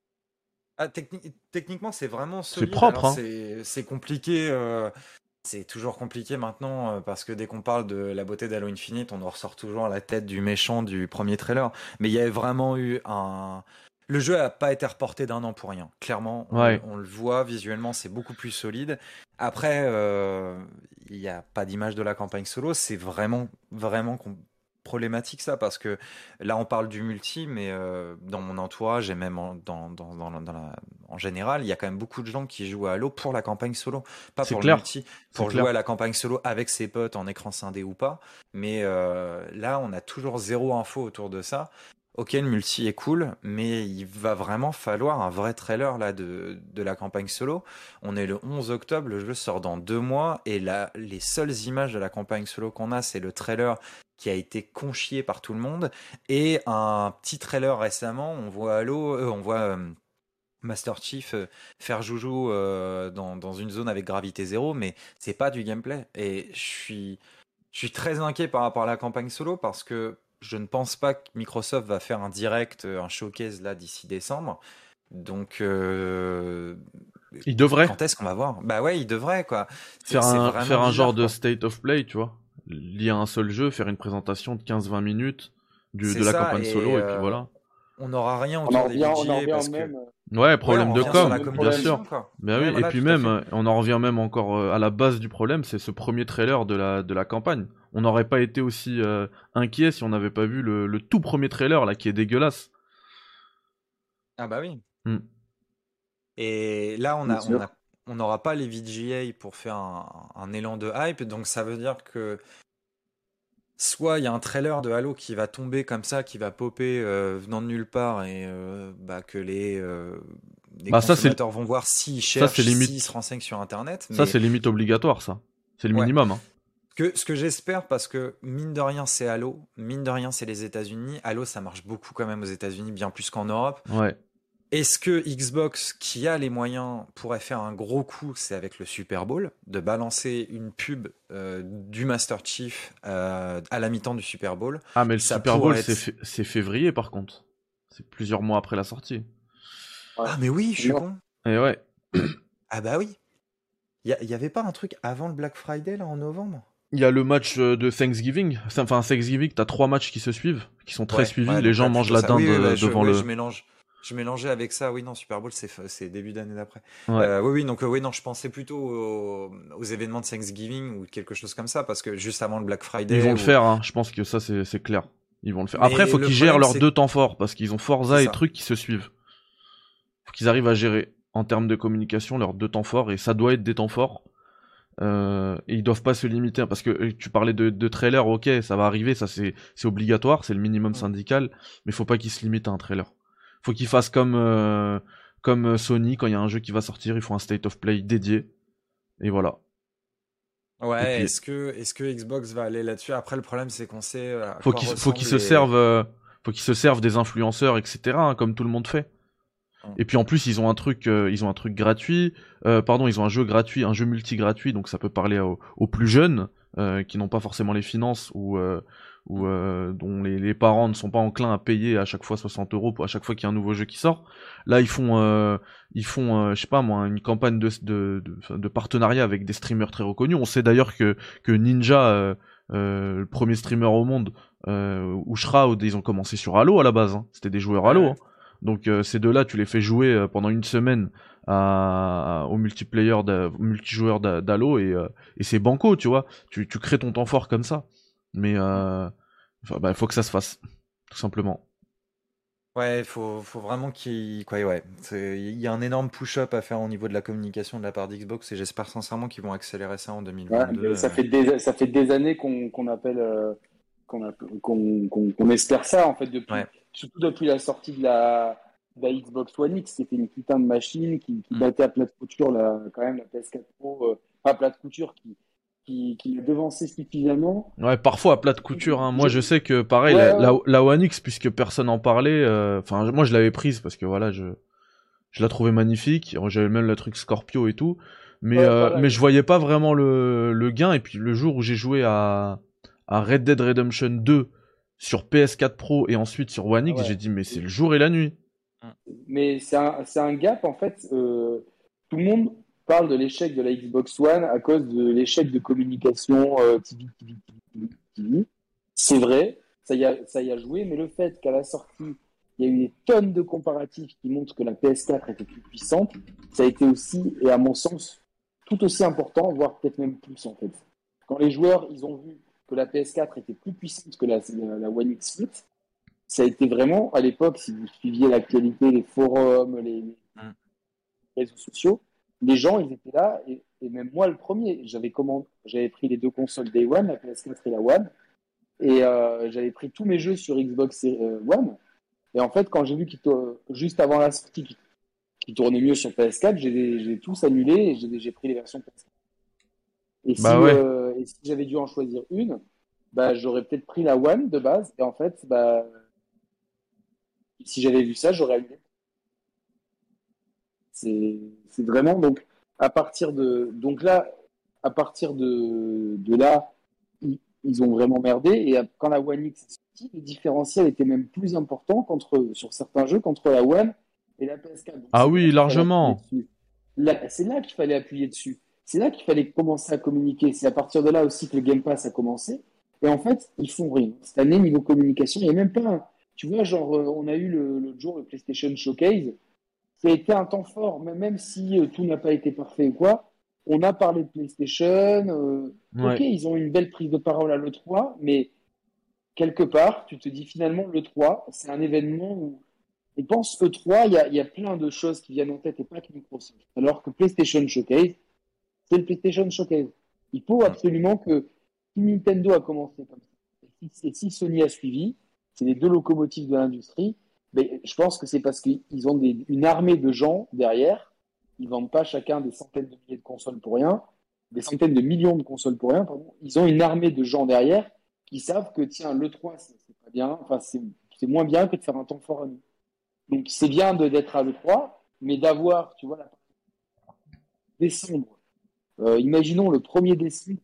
Ah, techni- techniquement, c'est vraiment C'est solide. propre, Alors, hein. c'est c'est compliqué. euh, c'est toujours compliqué maintenant euh, parce que dès qu'on parle de la beauté d'Halo Infinite, on nous ressort toujours la tête du méchant du premier trailer. Mais il y avait vraiment eu un. Le jeu a pas été reporté d'un an pour rien. Clairement, on, Ouais. on le voit visuellement, c'est beaucoup plus solide. Après, euh, il n'y a pas d'image de la campagne solo. C'est vraiment, vraiment com- problématique ça parce que là, on parle du multi, mais euh, dans mon entourage et même en, dans, dans, dans, la- dans la- en général, il y a quand même beaucoup de gens qui jouent à Halo pour la campagne solo, pas C'est pour clair. le multi, C'est pour clair. jouer à la campagne solo avec ses potes en écran scindé ou pas. Mais euh, là, on a toujours zéro info autour de ça. Ok, le multi est cool, mais il va vraiment falloir un vrai trailer là de, de la campagne solo. On est le onze octobre, le jeu sort dans deux mois, et là, les seules images de la campagne solo qu'on a, c'est le trailer qui a été conchié par tout le monde, et un petit trailer récemment, on voit Halo, euh, on voit euh, Master Chief euh, faire joujou euh, dans, dans une zone avec gravité zéro, mais c'est pas du gameplay. Et je suis, je suis très inquiet par rapport à la campagne solo parce que je ne pense pas que Microsoft va faire un direct, euh, un showcase là d'ici décembre. Donc, euh, Il devrait quand est-ce qu'on va voir? Bah ouais, il devrait quoi. C'est faire c'est un, vraiment faire un bizarre, genre de quoi. state of play, tu vois. Lié à un seul jeu, faire une présentation de quinze vingt minutes du, C'est de la ça, campagne et solo, et puis euh, voilà. on n'aura rien On en autour des revient, on en V G A revient parce au que même. Ouais, ouais, problème on de revient sur com, la Le bien communication, sûr. quoi. Ben Ouais, oui, et voilà, puis tout à même, fait. euh, on en revient même encore euh, à la base du problème, c'est ce premier trailer de la, de la campagne. On n'aurait pas été aussi euh, inquiet si on n'avait pas vu le, le tout premier trailer, là, qui est dégueulasse. Ah bah oui. Hmm. Et là, on Bien a, on sûr. a, on n'aura pas les V G A pour faire un, un élan de hype, donc ça veut dire que soit il y a un trailer de Halo qui va tomber comme ça, qui va popper euh, venant de nulle part et euh, bah, que les, euh, les Bah ça, c'est consommateurs vont voir s'ils ça c'est cherchent, s'ils se limite, renseignent sur Internet. ça Mais c'est limite obligatoire, ça. C'est le ouais, minimum, hein. que, ce que j'espère, parce que mine de rien, c'est Halo, mine de rien, c'est les États-Unis. Halo, ça marche beaucoup quand même aux États-Unis, bien plus qu'en Europe. Ouais. Est-ce que Xbox, qui a les moyens, pourrait faire un gros coup, c'est avec le Super Bowl, de balancer une pub euh, du Master Chief euh, à la mi-temps du Super Bowl? Ah, mais le Ça Super Bowl, pourrait c'est être... fé- c'est février, par contre. C'est plusieurs mois après la sortie. Ouais. Ah mais oui, je suis Non. con. Et ouais. Ah bah oui. Il y, y avait pas un truc avant le Black Friday, là, en novembre? Il y a le match euh, de Thanksgiving. Enfin, Thanksgiving, t'as trois matchs qui se suivent, qui sont très Ouais, suivis. ouais, Les donc gens ouais, mangent plutôt la ça. Oui, dinde oui, bah, euh, je, devant ouais, le... je mélange. Je mélangeais avec ça, oui, non, Super Bowl, c'est f- c'est début d'année d'après. Ouais. Euh, oui, oui, donc euh, oui, non, je pensais plutôt aux, aux événements de Thanksgiving ou quelque chose comme ça, parce que juste avant le Black Ils vont Friday, le ou... faire, hein. Je pense que ça, c'est c'est clair. Ils vont le faire. Après, Mais faut le qu'ils gèrent problème, leurs c'est deux temps forts, parce qu'ils ont c'est Forza et ça. trucs qui se suivent. Faut qu'ils arrivent à gérer, en termes de communication, leurs deux temps forts, et ça doit être des temps forts. Euh, et ils doivent pas se limiter, hein, parce que euh, tu parlais de, de trailer, ok, ça va arriver, ça c'est c'est obligatoire, c'est le minimum Mm. syndical, mais faut pas qu'ils se limitent à un trailer. Faut qu'ils fassent comme euh, comme euh, Sony, quand il y a un jeu qui va sortir, ils font un state of play dédié, et voilà. Et Ouais, puis est-ce que, est-ce que Xbox va aller là-dessus? Après, le problème, c'est qu'on sait à faut quoi qu'ils faut qu'ils ressemblent se les... servent, euh, faut qu'ils se servent des influenceurs, et cetera, hein, comme tout le monde fait. Mm. Et puis en plus ils ont un truc, euh, ils ont un truc gratuit, euh, pardon, ils ont un jeu gratuit, un jeu multi gratuit, donc ça peut parler aux, aux plus jeunes euh, qui n'ont pas forcément les finances ou euh, ou euh, dont les, les parents ne sont pas enclins à payer à chaque fois soixante euros pour à chaque fois qu'il y a un nouveau jeu qui sort. Là ils font, euh, ils font, euh, je sais pas moi, une campagne de, de, de, de partenariat avec des streamers très reconnus. On sait d'ailleurs que que Ninja, euh, euh, le premier streamer au monde, euh, ou Shroud, ils ont commencé sur Halo à la base, hein. C'était des joueurs Ouais, Halo, ouais. hein. Donc euh, ces deux-là, tu les fais jouer euh, pendant une semaine à, au multiplayer, d'a- multijoueur d'A- d'Halo et, euh, et c'est banco, tu vois. Tu, tu crées ton temps fort comme ça. Mais euh, enfin, bah, faut que ça se fasse, tout simplement. Ouais, faut, faut vraiment qu'il... Quoi, ouais. C'est- Il y a un énorme push-up à faire au niveau de la communication de la part d'Xbox et j'espère sincèrement qu'ils vont accélérer ça en Ouais, deux mille vingt-deux. mais ça euh. fait des, ça fait des années qu'on qu'on appelle, euh, qu'on appe- qu'on qu'on- qu'on espère ça, en fait, depuis, Ouais. surtout depuis la sortie de la, de la Xbox One X, qui était une putain de machine qui, qui Mm. battait à plate couture, la, quand même, la P S quatre Pro, euh, pas à plate couture, qui, qui, qui l'a devancé suffisamment. Ouais, parfois à plat de couture, hein. Moi, Je- je sais que pareil, Ouais, la, ouais, la, la One X, puisque personne n'en parlait, euh, enfin, moi, je l'avais prise parce que voilà, je, je la trouvais magnifique. J'avais même le truc Scorpio et tout, mais ouais, euh, mais pareil. je voyais pas vraiment le, le gain. Et puis le jour où j'ai joué à, à Red Dead Redemption deux sur P S quatre Pro et ensuite sur One Ah X, j'ai ouais. dit mais c'est le jour et la nuit. Mais c'est un, c'est un gap, en fait. Euh, tout le monde parle de l'échec de la Xbox One à cause de l'échec de communication euh, T V, T V, T V, T V. C'est vrai, ça y, a, ça y a joué, mais le fait qu'à la sortie, il y a eu des tonnes de comparatifs qui montrent que la P S quatre était plus puissante, ça a été aussi, et à mon sens, tout aussi important, voire peut-être même plus, en fait. Quand les joueurs, ils ont vu que la P S quatre était plus puissante que la, la, la One X huit, ça a été vraiment, à l'époque, si vous suiviez l'actualité, les forums, les, Mm. les réseaux sociaux, les gens, ils étaient là, et, et même moi, le premier, j'avais commandé, j'avais pris les deux consoles Day One, la P S quatre et la One, et euh, j'avais pris tous mes jeux sur Xbox euh, One, et en fait, quand j'ai vu qu'il tour- juste avant la sortie, qu'il qu'il tournait mieux sur P S quatre, j'ai j'ai tous annulé, et j'ai j'ai pris les versions P S quatre. Et si, Bah ouais. euh, et si j'avais dû en choisir une, bah, j'aurais peut-être pris la One de base, et en fait, bah, si j'avais vu ça, j'aurais annulé. C'est c'est vraiment donc à partir de donc là à partir de, de là ils, ils ont vraiment merdé et à- quand la One X est sortie, le différentiel était même plus important qu'entre sur certains jeux qu'entre la One et la P S quatre. Donc Ah c'est là oui, qu'il fallait appuyer largement. dessus. Là, c'est là qu'il fallait appuyer dessus. C'est là qu'il fallait commencer à communiquer. C'est à partir de là aussi que le Game Pass a commencé. Et en fait, ils font rien. Cette année, niveau communication, il n'y a même pas un- tu vois, genre, euh, on a eu le- l'autre jour le PlayStation Showcase. Ça a été un temps fort, mais même si euh, tout n'a pas été parfait ou quoi. On a parlé de PlayStation. euh, ok, Ouais. ils ont une belle prise de parole à l'E trois, mais quelque part, tu te dis finalement, l'E trois, c'est un événement où on pense E trois, il y a, il y a plein de choses qui viennent en tête et pas que Microsoft. Alors que PlayStation Showcase, c'est le PlayStation Showcase. Il faut Mm. absolument que si Nintendo a commencé comme ça, et si, et si Sony a suivi, c'est les deux locomotives de l'industrie, mais je pense que c'est parce qu'ils ont des, une armée de gens derrière. Ils vendent pas chacun des centaines de milliers de consoles pour rien, des centaines de millions de consoles pour rien, pardon. Ils ont une armée de gens derrière qui savent que, tiens, l'E trois, c'est c'est pas bien, enfin, c'est c'est moins bien que de faire un temps fort à nous. Donc, c'est bien de- d'être à l'E trois, mais d'avoir, tu vois, la décembre. Euh, imaginons le premier décembre,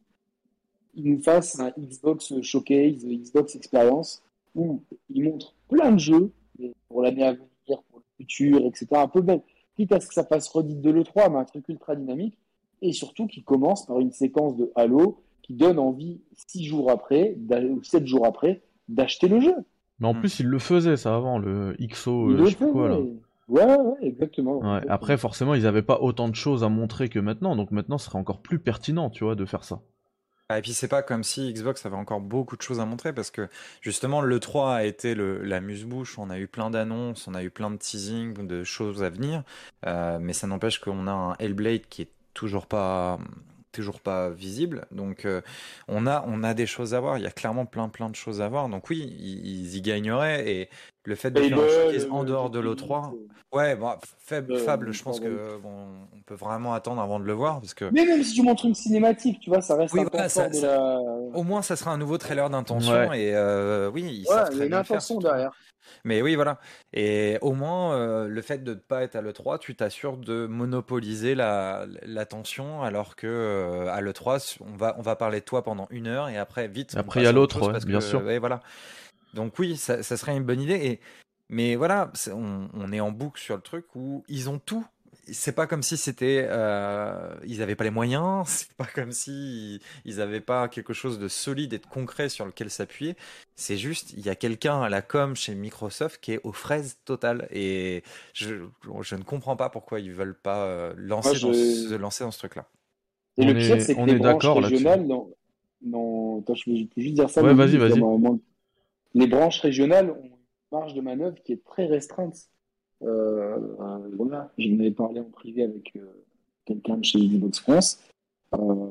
ils nous fassent un Xbox Showcase, Xbox Experience, où ils montrent plein de jeux pour l'année à venir, pour le futur, et cetera. Un peu même, quitte à ce que ça fasse redite de l'E trois, mais un truc ultra dynamique, et surtout qui commence par une séquence de Halo qui donne envie, six jours après, d'a- ou sept jours après, d'acheter le jeu. Mais en Mm. plus, il le faisait ça avant, le X O, Il euh, le je sais plus quoi là. faisait. Ouais, ouais, exactement. Ouais. Après, exactement. forcément, ils avaient pas autant de choses à montrer que maintenant, donc maintenant, ce serait encore plus pertinent, tu vois, de faire ça. Ah, et puis c'est pas comme si Xbox avait encore beaucoup de choses à montrer parce que justement l'E trois a été le, l'amuse-bouche, on a eu plein d'annonces, on a eu plein de teasing, de choses à venir, euh, mais ça n'empêche qu'on a un Hellblade qui est toujours pas toujours pas visible, donc euh, on a on a des choses à voir, il y a clairement plein plein de choses à voir, donc oui ils, ils y gagneraient et le fait de faire un Fable, showcase en euh, dehors de Tetris, l'E trois, ouais bon, faible euh, Fable, je pense pardon. que bon on peut vraiment attendre avant de le voir parce que Mais même si tu montres une cinématique, tu vois, ça reste oui un temps voilà fort ça, de ça- la. au moins, ça sera un nouveau trailer d'intention Ouais. et euh, oui, ils Ouais, savent il y a très une bien le faire, intention c'est tout bon. derrière. Mais oui, voilà. Et au moins, euh, le fait de ne pas être à l'E trois, tu t'assures de monopoliser la, l'attention, alors que euh, à l'E trois, on va, on va parler de toi pendant une heure et après, vite, Et on après, il y a passe à autre l'autre, chose ouais, parce bien que, sûr. ouais, voilà. Donc oui, ça, ça serait une bonne idée. Et, mais voilà, c'est- on, on est en boucle sur le truc où ils ont tout. C'est pas comme si c'était, euh, ils avaient pas les moyens. C'est pas comme si ils avaient pas quelque chose de solide et de concret sur lequel s'appuyer. C'est juste, il y a quelqu'un à la com chez Microsoft qui est aux fraises totales. Et je, je ne comprends pas pourquoi ils veulent pas euh, Moi, lancer dans je... se lancer dans ce truc-là. Et On le pire, est, c'est que on les est branches d'accord là-dessus. régionales, non, non... Attends, je peux juste dire ça, Ouais, vas-y, Mehdi, vas-y. évidemment, moi, les branches régionales ont une marge de manœuvre qui est très restreinte. Euh, euh, voilà, j'en avais parlé en privé avec euh, quelqu'un de chez Xbox France. Euh,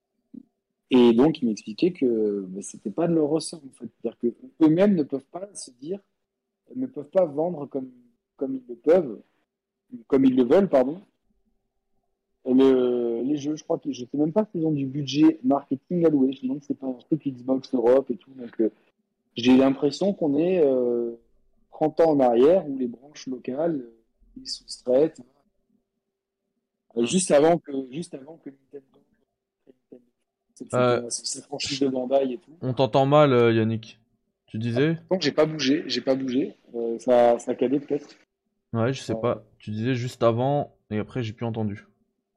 et donc, il m'expliquait que bah, c'était pas de leur ressort, en fait. C'est-à-dire qu'eux-mêmes ne peuvent pas se dire, ne peuvent pas vendre comme, comme ils le peuvent, comme ils le veulent, pardon. Le, les jeux, je crois que je sais même pas s'ils ont du budget marketing alloué. Je me demande si c'est pas un truc Xbox Europe et tout. Donc, euh, j'ai l'impression qu'on est euh, trente ans en arrière où les branches locales euh, ils soustraitent euh, Mm. juste avant que juste avant que Nintendo, et Euh, cetera, ces franchises de Bandai et tout. on t'entend mal, euh, Yannick. Tu disais? Donc j'ai pas bougé, j'ai pas bougé. Euh, ça, ça a cadé peut-être. Ouais, je sais Euh, pas. Tu disais juste avant, et après, j'ai plus entendu.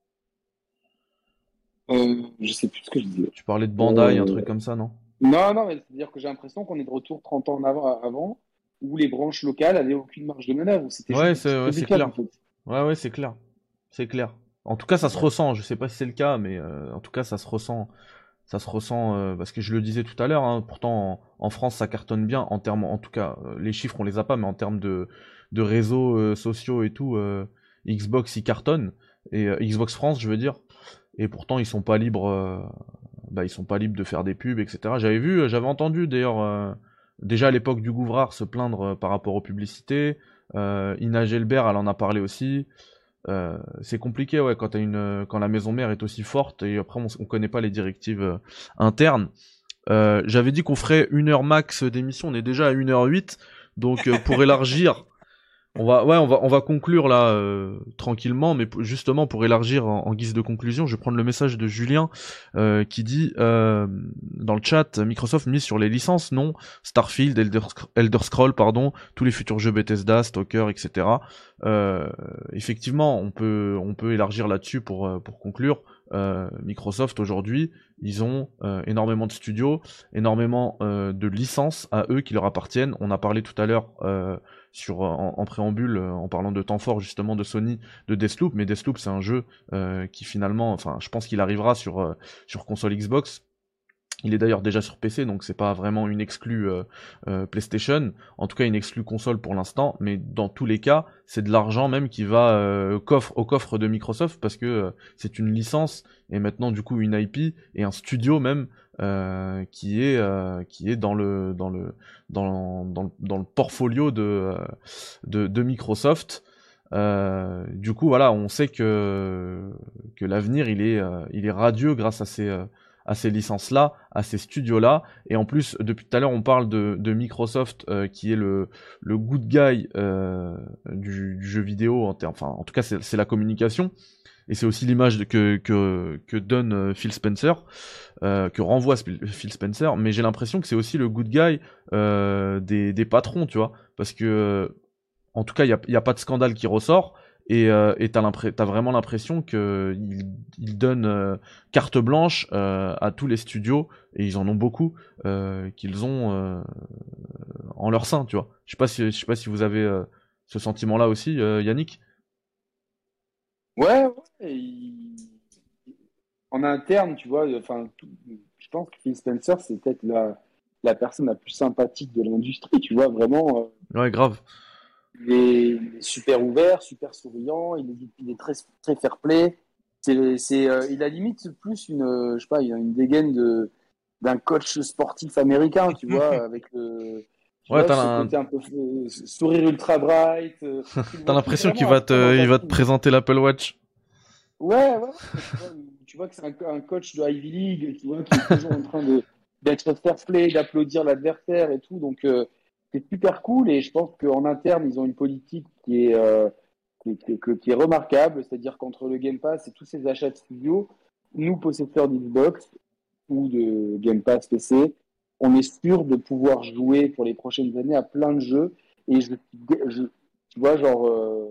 euh, je sais plus ce que je disais. Tu parlais de Bandai, un Euh, truc comme ça, non? non, non, mais c'est-à-dire que j'ai l'impression qu'on est de retour trente ans en avant, avant, où les branches locales avaient aucune marge de manœuvre, où c'était juste Ouais, des petits c'est ouais, c'est producteurs en clair. fait. Ouais, ouais, c'est clair. C'est clair. En tout cas, ça se ressent. Je sais pas si c'est le cas, mais euh, en tout cas, ça se ressent. Ça se ressent euh, parce que je le disais tout à l'heure. Hein, pourtant, en, en France, ça cartonne bien en termes, en tout cas, euh, les chiffres on les a pas, mais en termes de de réseaux euh, sociaux et tout, euh, Xbox il cartonne et euh, Xbox France, je veux dire. Et pourtant, ils sont pas libres. euh, bah, ils sont pas libres de faire des pubs, et cetera. J'avais vu, euh, j'avais entendu d'ailleurs euh, déjà à l'époque du Gouvrard se plaindre euh, par rapport aux publicités. Euh, Ina Gelbert, elle en a parlé aussi. Euh, c'est compliqué, ouais, quand t'as une, quand la maison mère est aussi forte et après on, on connaît pas les directives euh, internes. Euh, j'avais dit qu'on ferait une heure max d'émission, on est déjà à une heure huit, donc euh, pour élargir, on va, ouais, on va, on va conclure là euh, tranquillement, mais p- justement pour élargir en, en guise de conclusion, je vais prendre le message de Julien euh, qui dit euh, dans le chat, Microsoft mise sur les licences, non, Starfield, Elder, Sc- Elder Scroll, pardon, tous les futurs jeux Bethesda, Stalker, et cetera. Euh, effectivement, on peut, on peut élargir là-dessus pour, euh, pour conclure. euh, Microsoft aujourd'hui, ils ont euh, énormément de studios, énormément euh, de licences à eux qui leur appartiennent. On a parlé tout à l'heure euh, sur en, en préambule, euh, en parlant de temps fort justement de Sony, de Deathloop, mais Deathloop c'est un jeu euh, qui finalement, enfin je pense qu'il arrivera sur, euh, sur console Xbox. Il est d'ailleurs déjà sur P C, donc c'est pas vraiment une exclue euh, euh, PlayStation, en tout cas une exclue console pour l'instant, mais dans tous les cas, c'est de l'argent même qui va euh, coffre, au coffre de Microsoft, parce que euh, c'est une licence, et maintenant du coup une I P, et un studio même, euh, qui est euh, qui est dans le dans le dans, dans, dans le portfolio de, euh, de, de Microsoft. Euh, du coup voilà, on sait que, que l'avenir il est, euh, il est radieux grâce à ces... Euh, à ces licences-là, à ces studios-là. Et en plus, depuis tout à l'heure, on parle de, de Microsoft, euh, qui est le, le good guy euh, du, du jeu vidéo, en, enfin, en tout cas, c'est, c'est la communication. Et c'est aussi l'image que, que, que donne euh, Phil Spencer, euh, que renvoie Sp- Phil Spencer. Mais j'ai l'impression que c'est aussi le good guy euh, des, des patrons, tu vois. Parce que, en tout cas, il n'y a, y a pas de scandale qui ressort. Et euh, et t'as, t'as vraiment l'impression qu'il il donne euh, carte blanche euh, à tous les studios, et ils en ont beaucoup, euh, qu'ils ont euh, en leur sein, tu vois. Je sais pas si, je sais pas si vous avez euh, ce sentiment-là aussi, euh, Yannick. Ouais, ouais. il- En interne, tu vois, enfin, tout- je pense que Phil Spencer, c'est peut-être la, la personne la plus sympathique de l'industrie, tu vois, vraiment. euh, Ouais, grave. Il est, il est super ouvert, super souriant, il est, il est très, très fair play. C'est, c'est, euh, il a limite plus une, euh, je sais pas, il a une dégaine de, d'un coach sportif américain, tu vois, avec le, tu Ouais, vois, t'as, ce l'im- côté un peu euh, sourire ultra bright. euh, tu le t'as vois plus l'impression qu'il vraiment à va fond dans te, il ta va te team. présenter l'Apple Watch. Ouais, ouais, ouais, tu vois, tu vois que c'est un, un coach de Ivy League, tu vois, qui est toujours en train de, d'être fair play, d'applaudir l'adversaire et tout. Donc, euh, c'est super cool. Et je pense qu'en interne, ils ont une politique qui est, euh, qui, est, qui est- qui est remarquable. C'est-à-dire qu'entre le Game Pass et tous ces achats de studios, nous, possesseurs d'Xbox ou de Game Pass P C, on est sûr de pouvoir jouer pour les prochaines années à plein de jeux. Et je, je tu vois, genre, euh,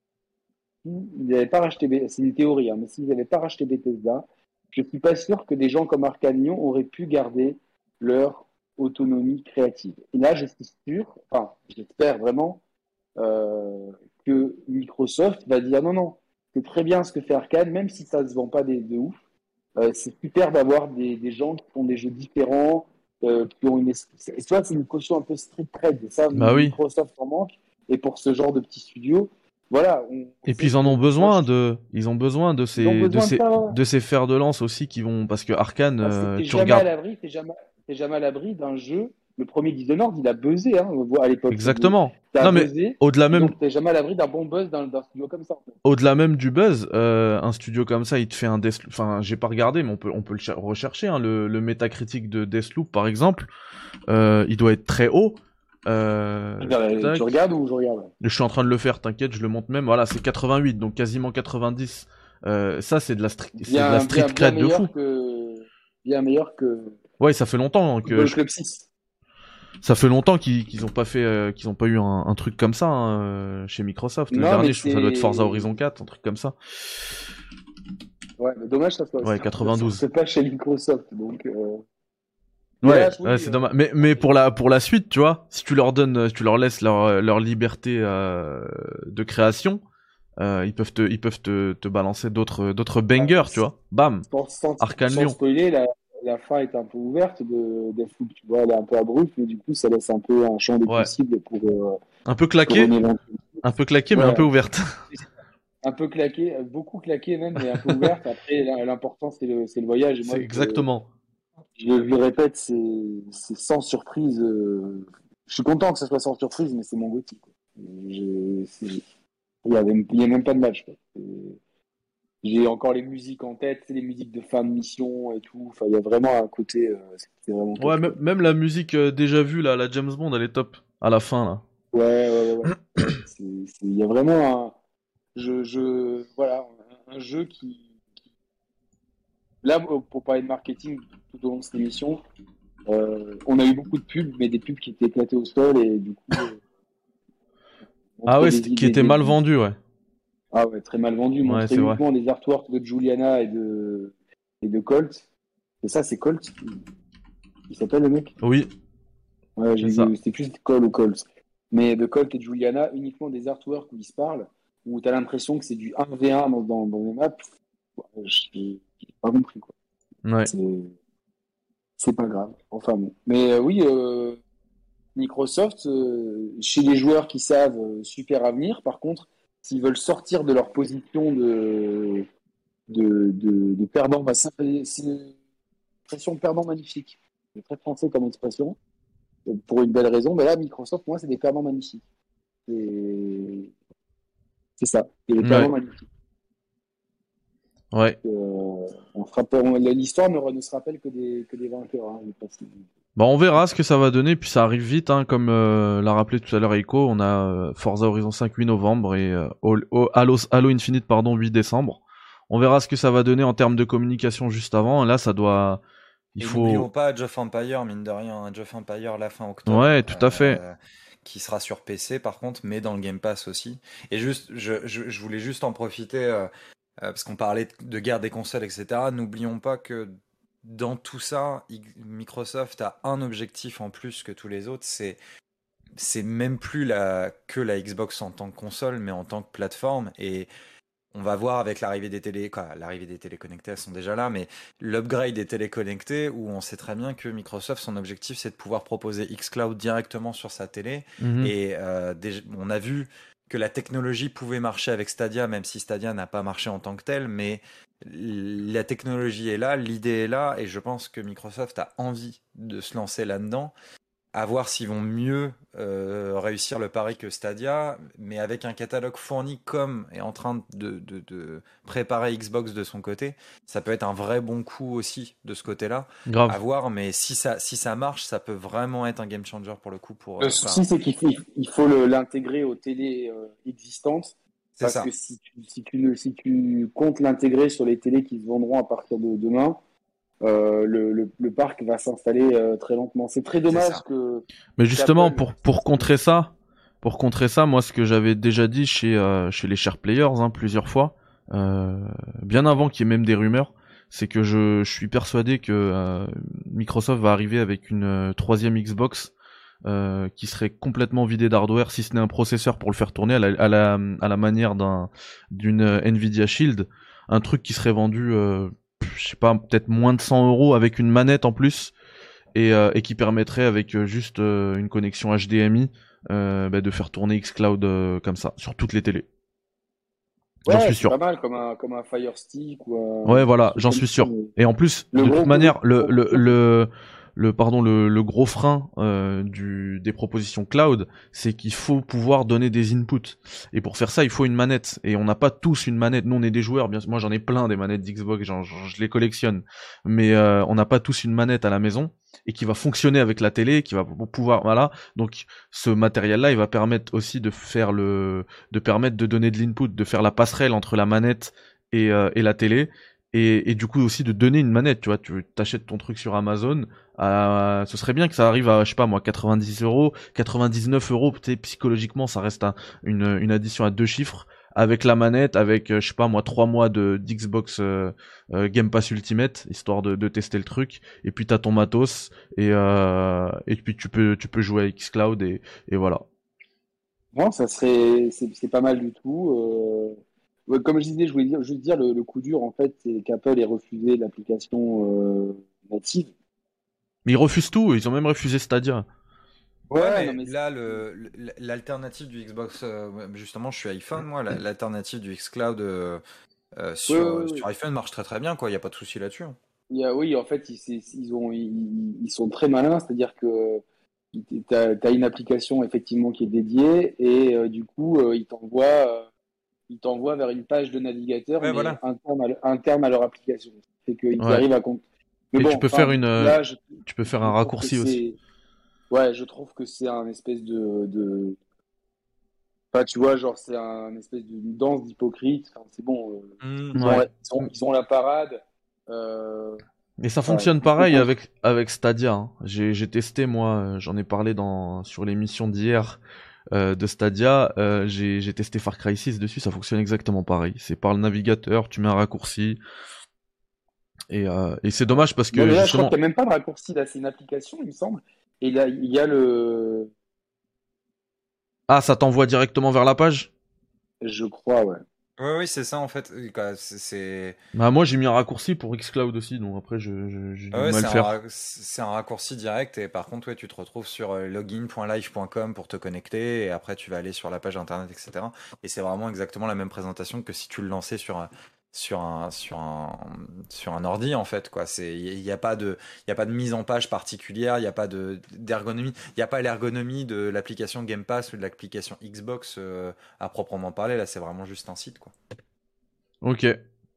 s'ils n'avaient pas racheté, Be- c'est une théorie, hein, mais s'ils n'avaient pas racheté Bethesda, je suis pas sûr que des gens comme Arcanion auraient pu garder leur autonomie créative. Et là, je suis sûr, enfin, j'espère vraiment euh, que Microsoft va dire non, non, c'est très bien ce que fait Arcane, même si ça se vend pas des, de ouf. Euh, c'est super d'avoir des, des gens qui font des jeux différents, euh, qui ont une. Et tu vois, c'est une caution un peu street cred. Et ça, Bah oui. Microsoft en manque. Et pour ce genre de petits studios, voilà, on Et puis sait ils en que ont moi, besoin je- de, ils ont besoin de ils ont ces, de besoin de ces, ça. Ouais. de ces fers de lance aussi qui vont, parce que Arcane, Parce que euh, t'es tu jamais à regardes l'abri, t'es jamais, t'es jamais à l'abri d'un jeu. Le premier Dishonored, il a buzzé, hein, à l'époque. Ça, exactement. ça a Non mais buzzé. au-delà Et même, donc, t'es jamais à l'abri d'un bon buzz d'un d'un studio comme ça. En fait. au-delà même du buzz, euh, un studio comme ça, il te fait un Deathloop. Enfin, j'ai pas regardé, mais on peut, on peut le cher- rechercher. Hein, le, le métacritique de Deathloop, par exemple, euh, il doit être très haut. Euh, Regarde, tu tac. regardes ou je regarde? Je suis en train de le faire, t'inquiète, je le monte même. Voilà, c'est quatre-vingt-huit, donc quasiment quatre-vingt-dix. Euh, ça, c'est de la street, c'est de la Bien, street bien, bien cred de fou. meilleur que, bien meilleur que Ouais, ça fait longtemps que Football je- Club six. ça fait longtemps qu'ils qu'ils ont pas fait, euh, qu'ils ont pas eu un, un truc comme ça hein, euh, chez Microsoft. Le Non, mais dernier, je trouve que ça doit être Forza c'est, Horizon quatre, un truc comme ça. ouais, mais dommage que ça soit, Ouais, ça quatre-vingt-douze. sorte pas chez Microsoft. Donc, euh... mais Ouais, là, ouais, oui, c'est euh, dommage. Mais, mais pour la, pour la suite, tu vois, si tu leur donnes, euh, si tu leur laisses leur, leur liberté euh, de création, euh, ils peuvent te, ils peuvent te, te balancer d'autres, d'autres bangers, tu vois. Bam, sans, sans, Arcane sans Lyon. spoiler, la, la fin est un peu ouverte de Deathloop, tu vois, elle est un peu abrupte, mais du coup, ça laisse un peu un champ des Ouais, possibles pour, euh, un peu pour une claqué, éventuelle. un peu claqué, mais un peu Ouais, ouverte. un peu claqué, beaucoup claqué même, mais un peu ouverte. Après, l'important, c'est le, c'est le voyage. Et moi, C'est je, exactement. je le répète, c'est, c'est sans surprise. euh, Je suis content que ça soit sans surprise, mais c'est mon Gotti, quoi. Je- c'est- Il y avait, il y a même pas de match, quoi. C'est- J'ai encore les musiques en tête, c'est les musiques de fin de mission et tout. Enfin, il y a vraiment un côté, euh, c'est vraiment Ouais, top, même, quoi. même la musique euh, déjà vue, là, la James Bond, elle est top. À la fin, là. Ouais, ouais, ouais, ouais. Ouais, c'est- c'est- Il y a vraiment un, je, je, voilà, un, un jeu qui, qui- là, pour parler de marketing tout au long de cette émission, euh, on a eu beaucoup de pubs, mais des pubs qui étaient éclatées au sol et du coup, euh, Ah montrer ouais, des c'était- qui idées, était des, mal vendu, ouais. Ah ouais, très mal vendu. Ouais, Montrer c'est vrai. uniquement des artworks de Juliana et de, et de Colt. Et ça, c'est Colt qui, qui s'appelle le mec? Oui, Ouais, c'est j'ai ça. vu, c'était plus Cole ou Colt. Mais de Colt et de Juliana, uniquement des artworks où ils se parlent, où tu as l'impression que c'est du un v un dans, dans, dans les maps. Ouais, j'ai j'ai pas compris, quoi. Ouais. C'est c'est pas grave. Enfin bon. Mais euh, oui, euh, Microsoft, euh, chez les joueurs qui savent, euh, super avenir. Par contre, s'ils veulent sortir de leur position de, de, de, de perdant, bah, c'est c'est une expression perdant magnifique. C'est très français comme expression, pour une belle raison. Mais là, Microsoft, pour moi, c'est des perdants magnifiques. C'est c'est ça, c'est des Ouais. perdants magnifiques. Ouais. Euh, on se rappelle- on- L'histoire ne, ne se rappelle que des, que des vainqueurs. Hein, parce que- Bah on verra ce que ça va donner, puis ça arrive vite, hein, comme euh, l'a rappelé tout à l'heure Echo, on a euh, Forza Horizon cinq huit novembre et euh, Halo, Halo, Halo Infinite pardon huit décembre. On verra ce que ça va donner en termes de communication juste avant. Là, ça doit, il Et n'oublions faut, pas Age of Empire, mine de rien, Age of Empire la fin octobre, ouais, tout à fait. euh, qui sera sur P C par contre, mais dans le Game Pass aussi. Et juste, je, je, je voulais juste en profiter, euh, euh, parce qu'on parlait de guerre des consoles, et cetera. N'oublions pas que dans tout ça, I- Microsoft a un objectif en plus que tous les autres, c'est c'est même plus la, que la Xbox en tant que console, mais en tant que plateforme. Et on va voir avec l'arrivée des télé, quoi, l'arrivée des téléconnectés, elles sont déjà là, mais l'upgrade des téléconnectés, où on sait très bien que Microsoft, son objectif, c'est de pouvoir proposer xCloud directement sur sa télé. Mhm. Et euh, déjà, on a vu que la technologie pouvait marcher avec Stadia, même si Stadia n'a pas marché en tant que tel, mais la technologie est là, l'idée est là, et je pense que Microsoft a envie de se lancer là-dedans. À voir s'ils vont mieux euh, réussir le pari que Stadia, mais avec un catalogue fourni comme est en train de, de, de préparer Xbox de son côté, ça peut être un vrai bon coup aussi de ce côté-là. À Grave. voir, mais si ça, si ça marche, ça peut vraiment être un game changer pour le coup. Pour, Le euh, enfin, souci, c'est qu'il faut, il faut le- l'intégrer aux télés euh, existantes. c'est Parce que ça. si tu, si tu, le- si tu comptes l'intégrer sur les télés qui se vendront à partir de demain, euh, le, le, le parc va s'installer euh, très lentement. C'est très C'est dommage ça. que Mais justement, qu'Apple pour pour contrer ça, pour contrer ça, moi, ce que j'avais déjà dit chez euh, chez les chers players, hein, plusieurs fois, euh, bien avant qu'il y ait même des rumeurs, c'est que je, je suis persuadé que euh, Microsoft va arriver avec une euh, troisième Xbox euh, qui serait complètement vidée d'hardware, si ce n'est un processeur pour le faire tourner à la à la, à la manière d'un d'une euh, Nvidia Shield, un truc qui serait vendu, euh, je sais pas, peut-être moins de cent euros avec une manette en plus et, euh, et qui permettrait avec euh, juste euh, une connexion H D M I euh, bah, de faire tourner xCloud euh, comme ça sur toutes les télés. J'en ouais, suis c'est pas sûr. mal comme un, comme un Fire Stick ou Ouais, un, un voilà, truc j'en comme suis ça. sûr. Mais Et en plus, le de toute gros, manière, le gros le truc, le le pardon le, le gros frein euh, du des propositions cloud, c'est qu'il faut pouvoir donner des inputs. Et pour faire ça, il faut une manette. Et on n'a pas tous une manette. Nous, on est des joueurs. Bien sûr, moi, j'en ai plein des manettes d'Xbox. J'en- j'en- je les collectionne. Mais euh, on n'a pas tous une manette à la maison et qui va fonctionner avec la télé, qui va pouvoir voilà. Donc, ce matériel-là, il va permettre aussi de faire le de permettre de donner de l'input, de faire la passerelle entre la manette et, euh, et la télé. Et, et du coup aussi de donner une manette, tu vois, tu t'achètes ton truc sur Amazon, euh, ce serait bien que ça arrive à, je sais pas moi, quatre-vingt-dix euros, quatre-vingt-dix-neuf euros, peut-être psychologiquement ça reste un- une, une addition à deux chiffres, avec la manette, avec, euh, je sais pas moi, trois mois de d'Xbox euh, euh, Game Pass Ultimate, histoire de, de tester le truc, et puis t'as ton matos, et, euh, et puis tu peux, tu peux jouer avec xCloud, et, et voilà. non, ça serait, c'est c'est pas mal du tout. Euh, ouais, comme je disais, je voulais dire, juste dire le, le coup dur en fait, c'est qu'Apple ait refusé l'application euh, native. Mais ils refusent tout, ils ont même refusé Stadia. Ouais, Ouais, non mais mais là, le, le- l'alternative du Xbox, euh, justement, je suis iPhone, moi, la- l'alternative du xCloud euh, euh, ouais, ouais, sur, ouais, sur ouais. iPhone marche très très bien, quoi. Il n'y a pas de souci là-dessus. Hein. Il y a- oui, en fait, ils, c'est- ils ont, ils, ils sont très malins, c'est-à-dire que tu as, une application effectivement qui est dédiée et euh, du coup, euh, ils t'envoient, euh, ils t'envoient vers une page de navigateur, Ouais, mais voilà. interne à, le- interne à leur application. C'est qu'ils Ouais. arrivent à compte. Mais Et tu bon, peux faire enfin, une, euh, là, je, tu peux faire je un trouve que raccourci aussi. c'est, ouais, je trouve que c'est un espèce de, de, enfin, tu vois, genre, c'est un espèce d'une danse d'hypocrite. Enfin, c'est bon, euh, Hmm. ils ont, Ouais. ils ont, ils ont la parade. Euh, Et ça ouais, fonctionne il faut pareil qu'on, avec avec Stadia. Hein. J'ai j'ai testé moi, euh, j'en ai parlé dans sur l'émission d'hier. euh, de Stadia, euh, j'ai, j'ai testé Far Cry six dessus, ça fonctionne exactement pareil. C'est par le navigateur, tu mets un raccourci. Et, euh, et c'est dommage parce que Non, mais là, je crois justement... qu'il n'y a même pas de raccourci, là, c'est une application, il me semble. Et là, il y a le. Ah, ça t'envoie directement vers la page? Je crois, ouais. Oui, oui, c'est ça en fait. Quoi, c'est, c'est... Bah moi j'ai mis un raccourci pour xCloud aussi, donc après je, je, j'ai Ah dû ouais, mal c'est, un, faire. ra- c'est un raccourci direct et par contre, ouais, tu te retrouves sur euh, login point live point com pour te connecter et après tu vas aller sur la page internet, et cetera. Et c'est vraiment exactement la même présentation que si tu le lançais sur un, sur un, sur un, sur un ordi en fait, quoi. C'est, il n'y a pas de, il y a pas de mise en page particulière, il n'y a pas de, d'ergonomie, il n'y a pas l'ergonomie de l'application Game Pass ou de l'application Xbox euh, à proprement parler. Là, c'est vraiment juste un site, quoi. Ok.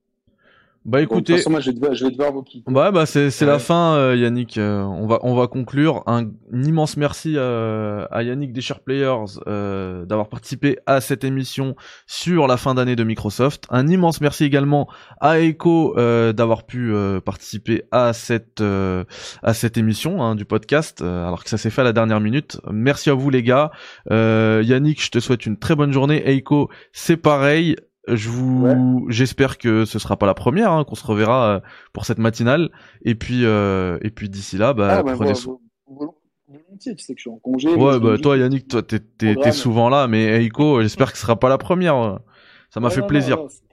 Bah Bon, de toute écoutez, façon, moi, je vais devoir, je vais devoir vous quitter. bah, bah c'est c'est la Ouais. fin, euh, Yannick. Euh, on va on va conclure. Un, un immense merci à, à Yannick des Share Players euh, d'avoir participé à cette émission sur la fin d'année de Microsoft. Un immense merci également à Echo euh, d'avoir pu euh, participer à cette euh, à cette émission hein, du podcast, euh, alors que ça s'est fait à la dernière minute. Merci à vous les gars. Euh, Yannick, je te souhaite une très bonne journée. Echo, c'est pareil. Je vous, Ouais. j'espère que ce sera pas la première, hein, qu'on se reverra euh, pour cette matinale. Et puis, euh, et puis d'ici là, bah Ah, bah, prenez vo- soin. vo- volontiers, tu sais que je suis en congé. Moi, Ouais, je donne bah juste toi, le Yannick, petit toi, t'es, t'es, t'es programme. souvent là, mais Eiko, j'espère que ce sera pas la première. euh. Ça m'a Non, fait non, plaisir. non, non. c'est-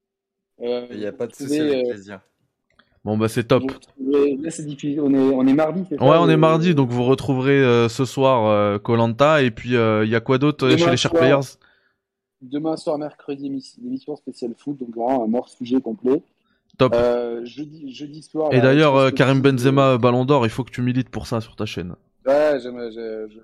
Euh, Il n'y a vous pas de souci, retrouvez, avec euh, plaisir. Bon bah c'est vous top. retrouvez- là, c'est diffusé. On est, on est mardi, c'est Ouais, ça, on est mardi, le... donc vous retrouverez euh, ce soir Colanta et puis il euh, y a quoi d'autre euh, chez Demain les Share Players? soir, demain soir, mercredi, émi- l'émission spéciale foot, donc vraiment un hors sujet complet. Top. Euh, jeudi, jeudi soir, Et la d'ailleurs, euh, Karim rétrospective. Benzema euh, euh, Ballon d'Or, il faut que tu milites pour ça sur ta chaîne. Ouais, j'aime, j'ai- je-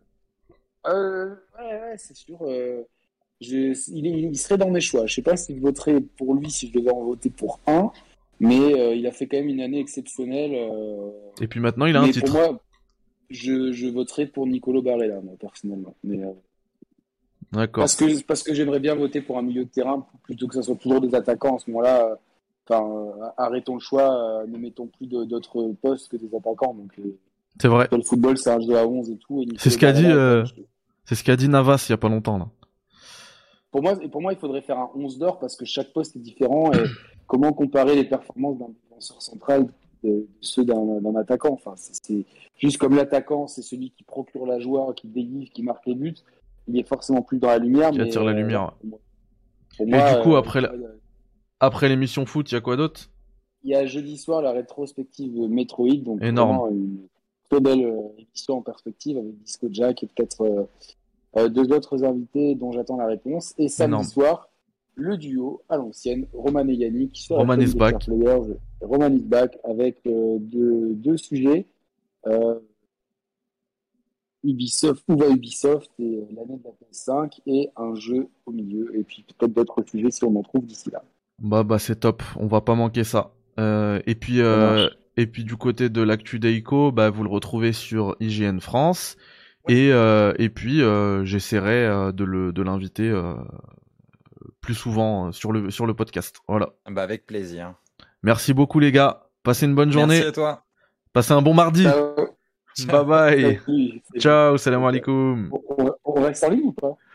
euh, ouais, ouais, c'est sûr. euh, je- il, est- il serait dans mes choix. Je sais pas si je voterais pour lui si je devais en voter pour un, mais euh, il a fait quand même une année exceptionnelle. euh, Et puis maintenant, il a un mais pour titre. moi, je, je voterais pour Nicolo Barella, moi, personnellement. Mais, euh, D'accord. parce que, parce que j'aimerais bien voter pour un milieu de terrain plutôt que ça soit toujours des attaquants en ce moment-là. euh, Enfin, euh, arrêtons le choix, euh, ne mettons plus de- d'autres postes que des attaquants. Donc, euh, C'est vrai. le football, c'est un jeu à onze et tout. Et Nicolo C'est ce qu'a dit, Barella, euh, je- c'est ce qu'a dit Navas il y a pas longtemps là. Pour moi, et pour moi, il faudrait faire un onze d'or parce que chaque poste est différent. Et comment comparer les performances d'un défenseur central de, de ceux d'un d'un attaquant? Enfin, c'est c'est juste comme l'attaquant, c'est celui qui procure la joie, qui délivre, qui marque les buts. Il est forcément plus dans la lumière. Qui mais attire la euh, lumière. pour moi, pour Et moi, du coup, euh, après, la- tu vois, après l'émission foot, il y a quoi d'autre? il y a jeudi soir la rétrospective de Metroid, donc Énorme. vraiment une très belle euh, émission en perspective avec Disco Jack et peut-être euh, euh, deux autres invités dont j'attends la réponse. Et samedi Énorme. soir, le duo à l'ancienne, Roman et Yannick sur Roman la chaîne is des back. Fair Players. Roman is back avec euh, deux, deux sujets. Euh, Ubisoft, où va Ubisoft et euh, l'année de la P S cinq et un jeu au milieu. Et puis peut-être d'autres sujets si on en trouve d'ici là. Bah bah c'est top, on va pas manquer ça. Euh, et puis Ça euh, marche. et puis du côté de l'actu d'Eiko, bah vous le retrouvez sur I G N France. Et euh, et puis euh, j'essaierai euh, de le de l'inviter euh, plus souvent euh, sur le sur le podcast. Voilà. Bah, avec plaisir. Merci beaucoup les gars. Passez une bonne journée. Merci à toi. Passez un bon mardi. Ciao. Bye bye. Salut. Ciao, salam alaikum. On, on- on reste en ligne ou pas?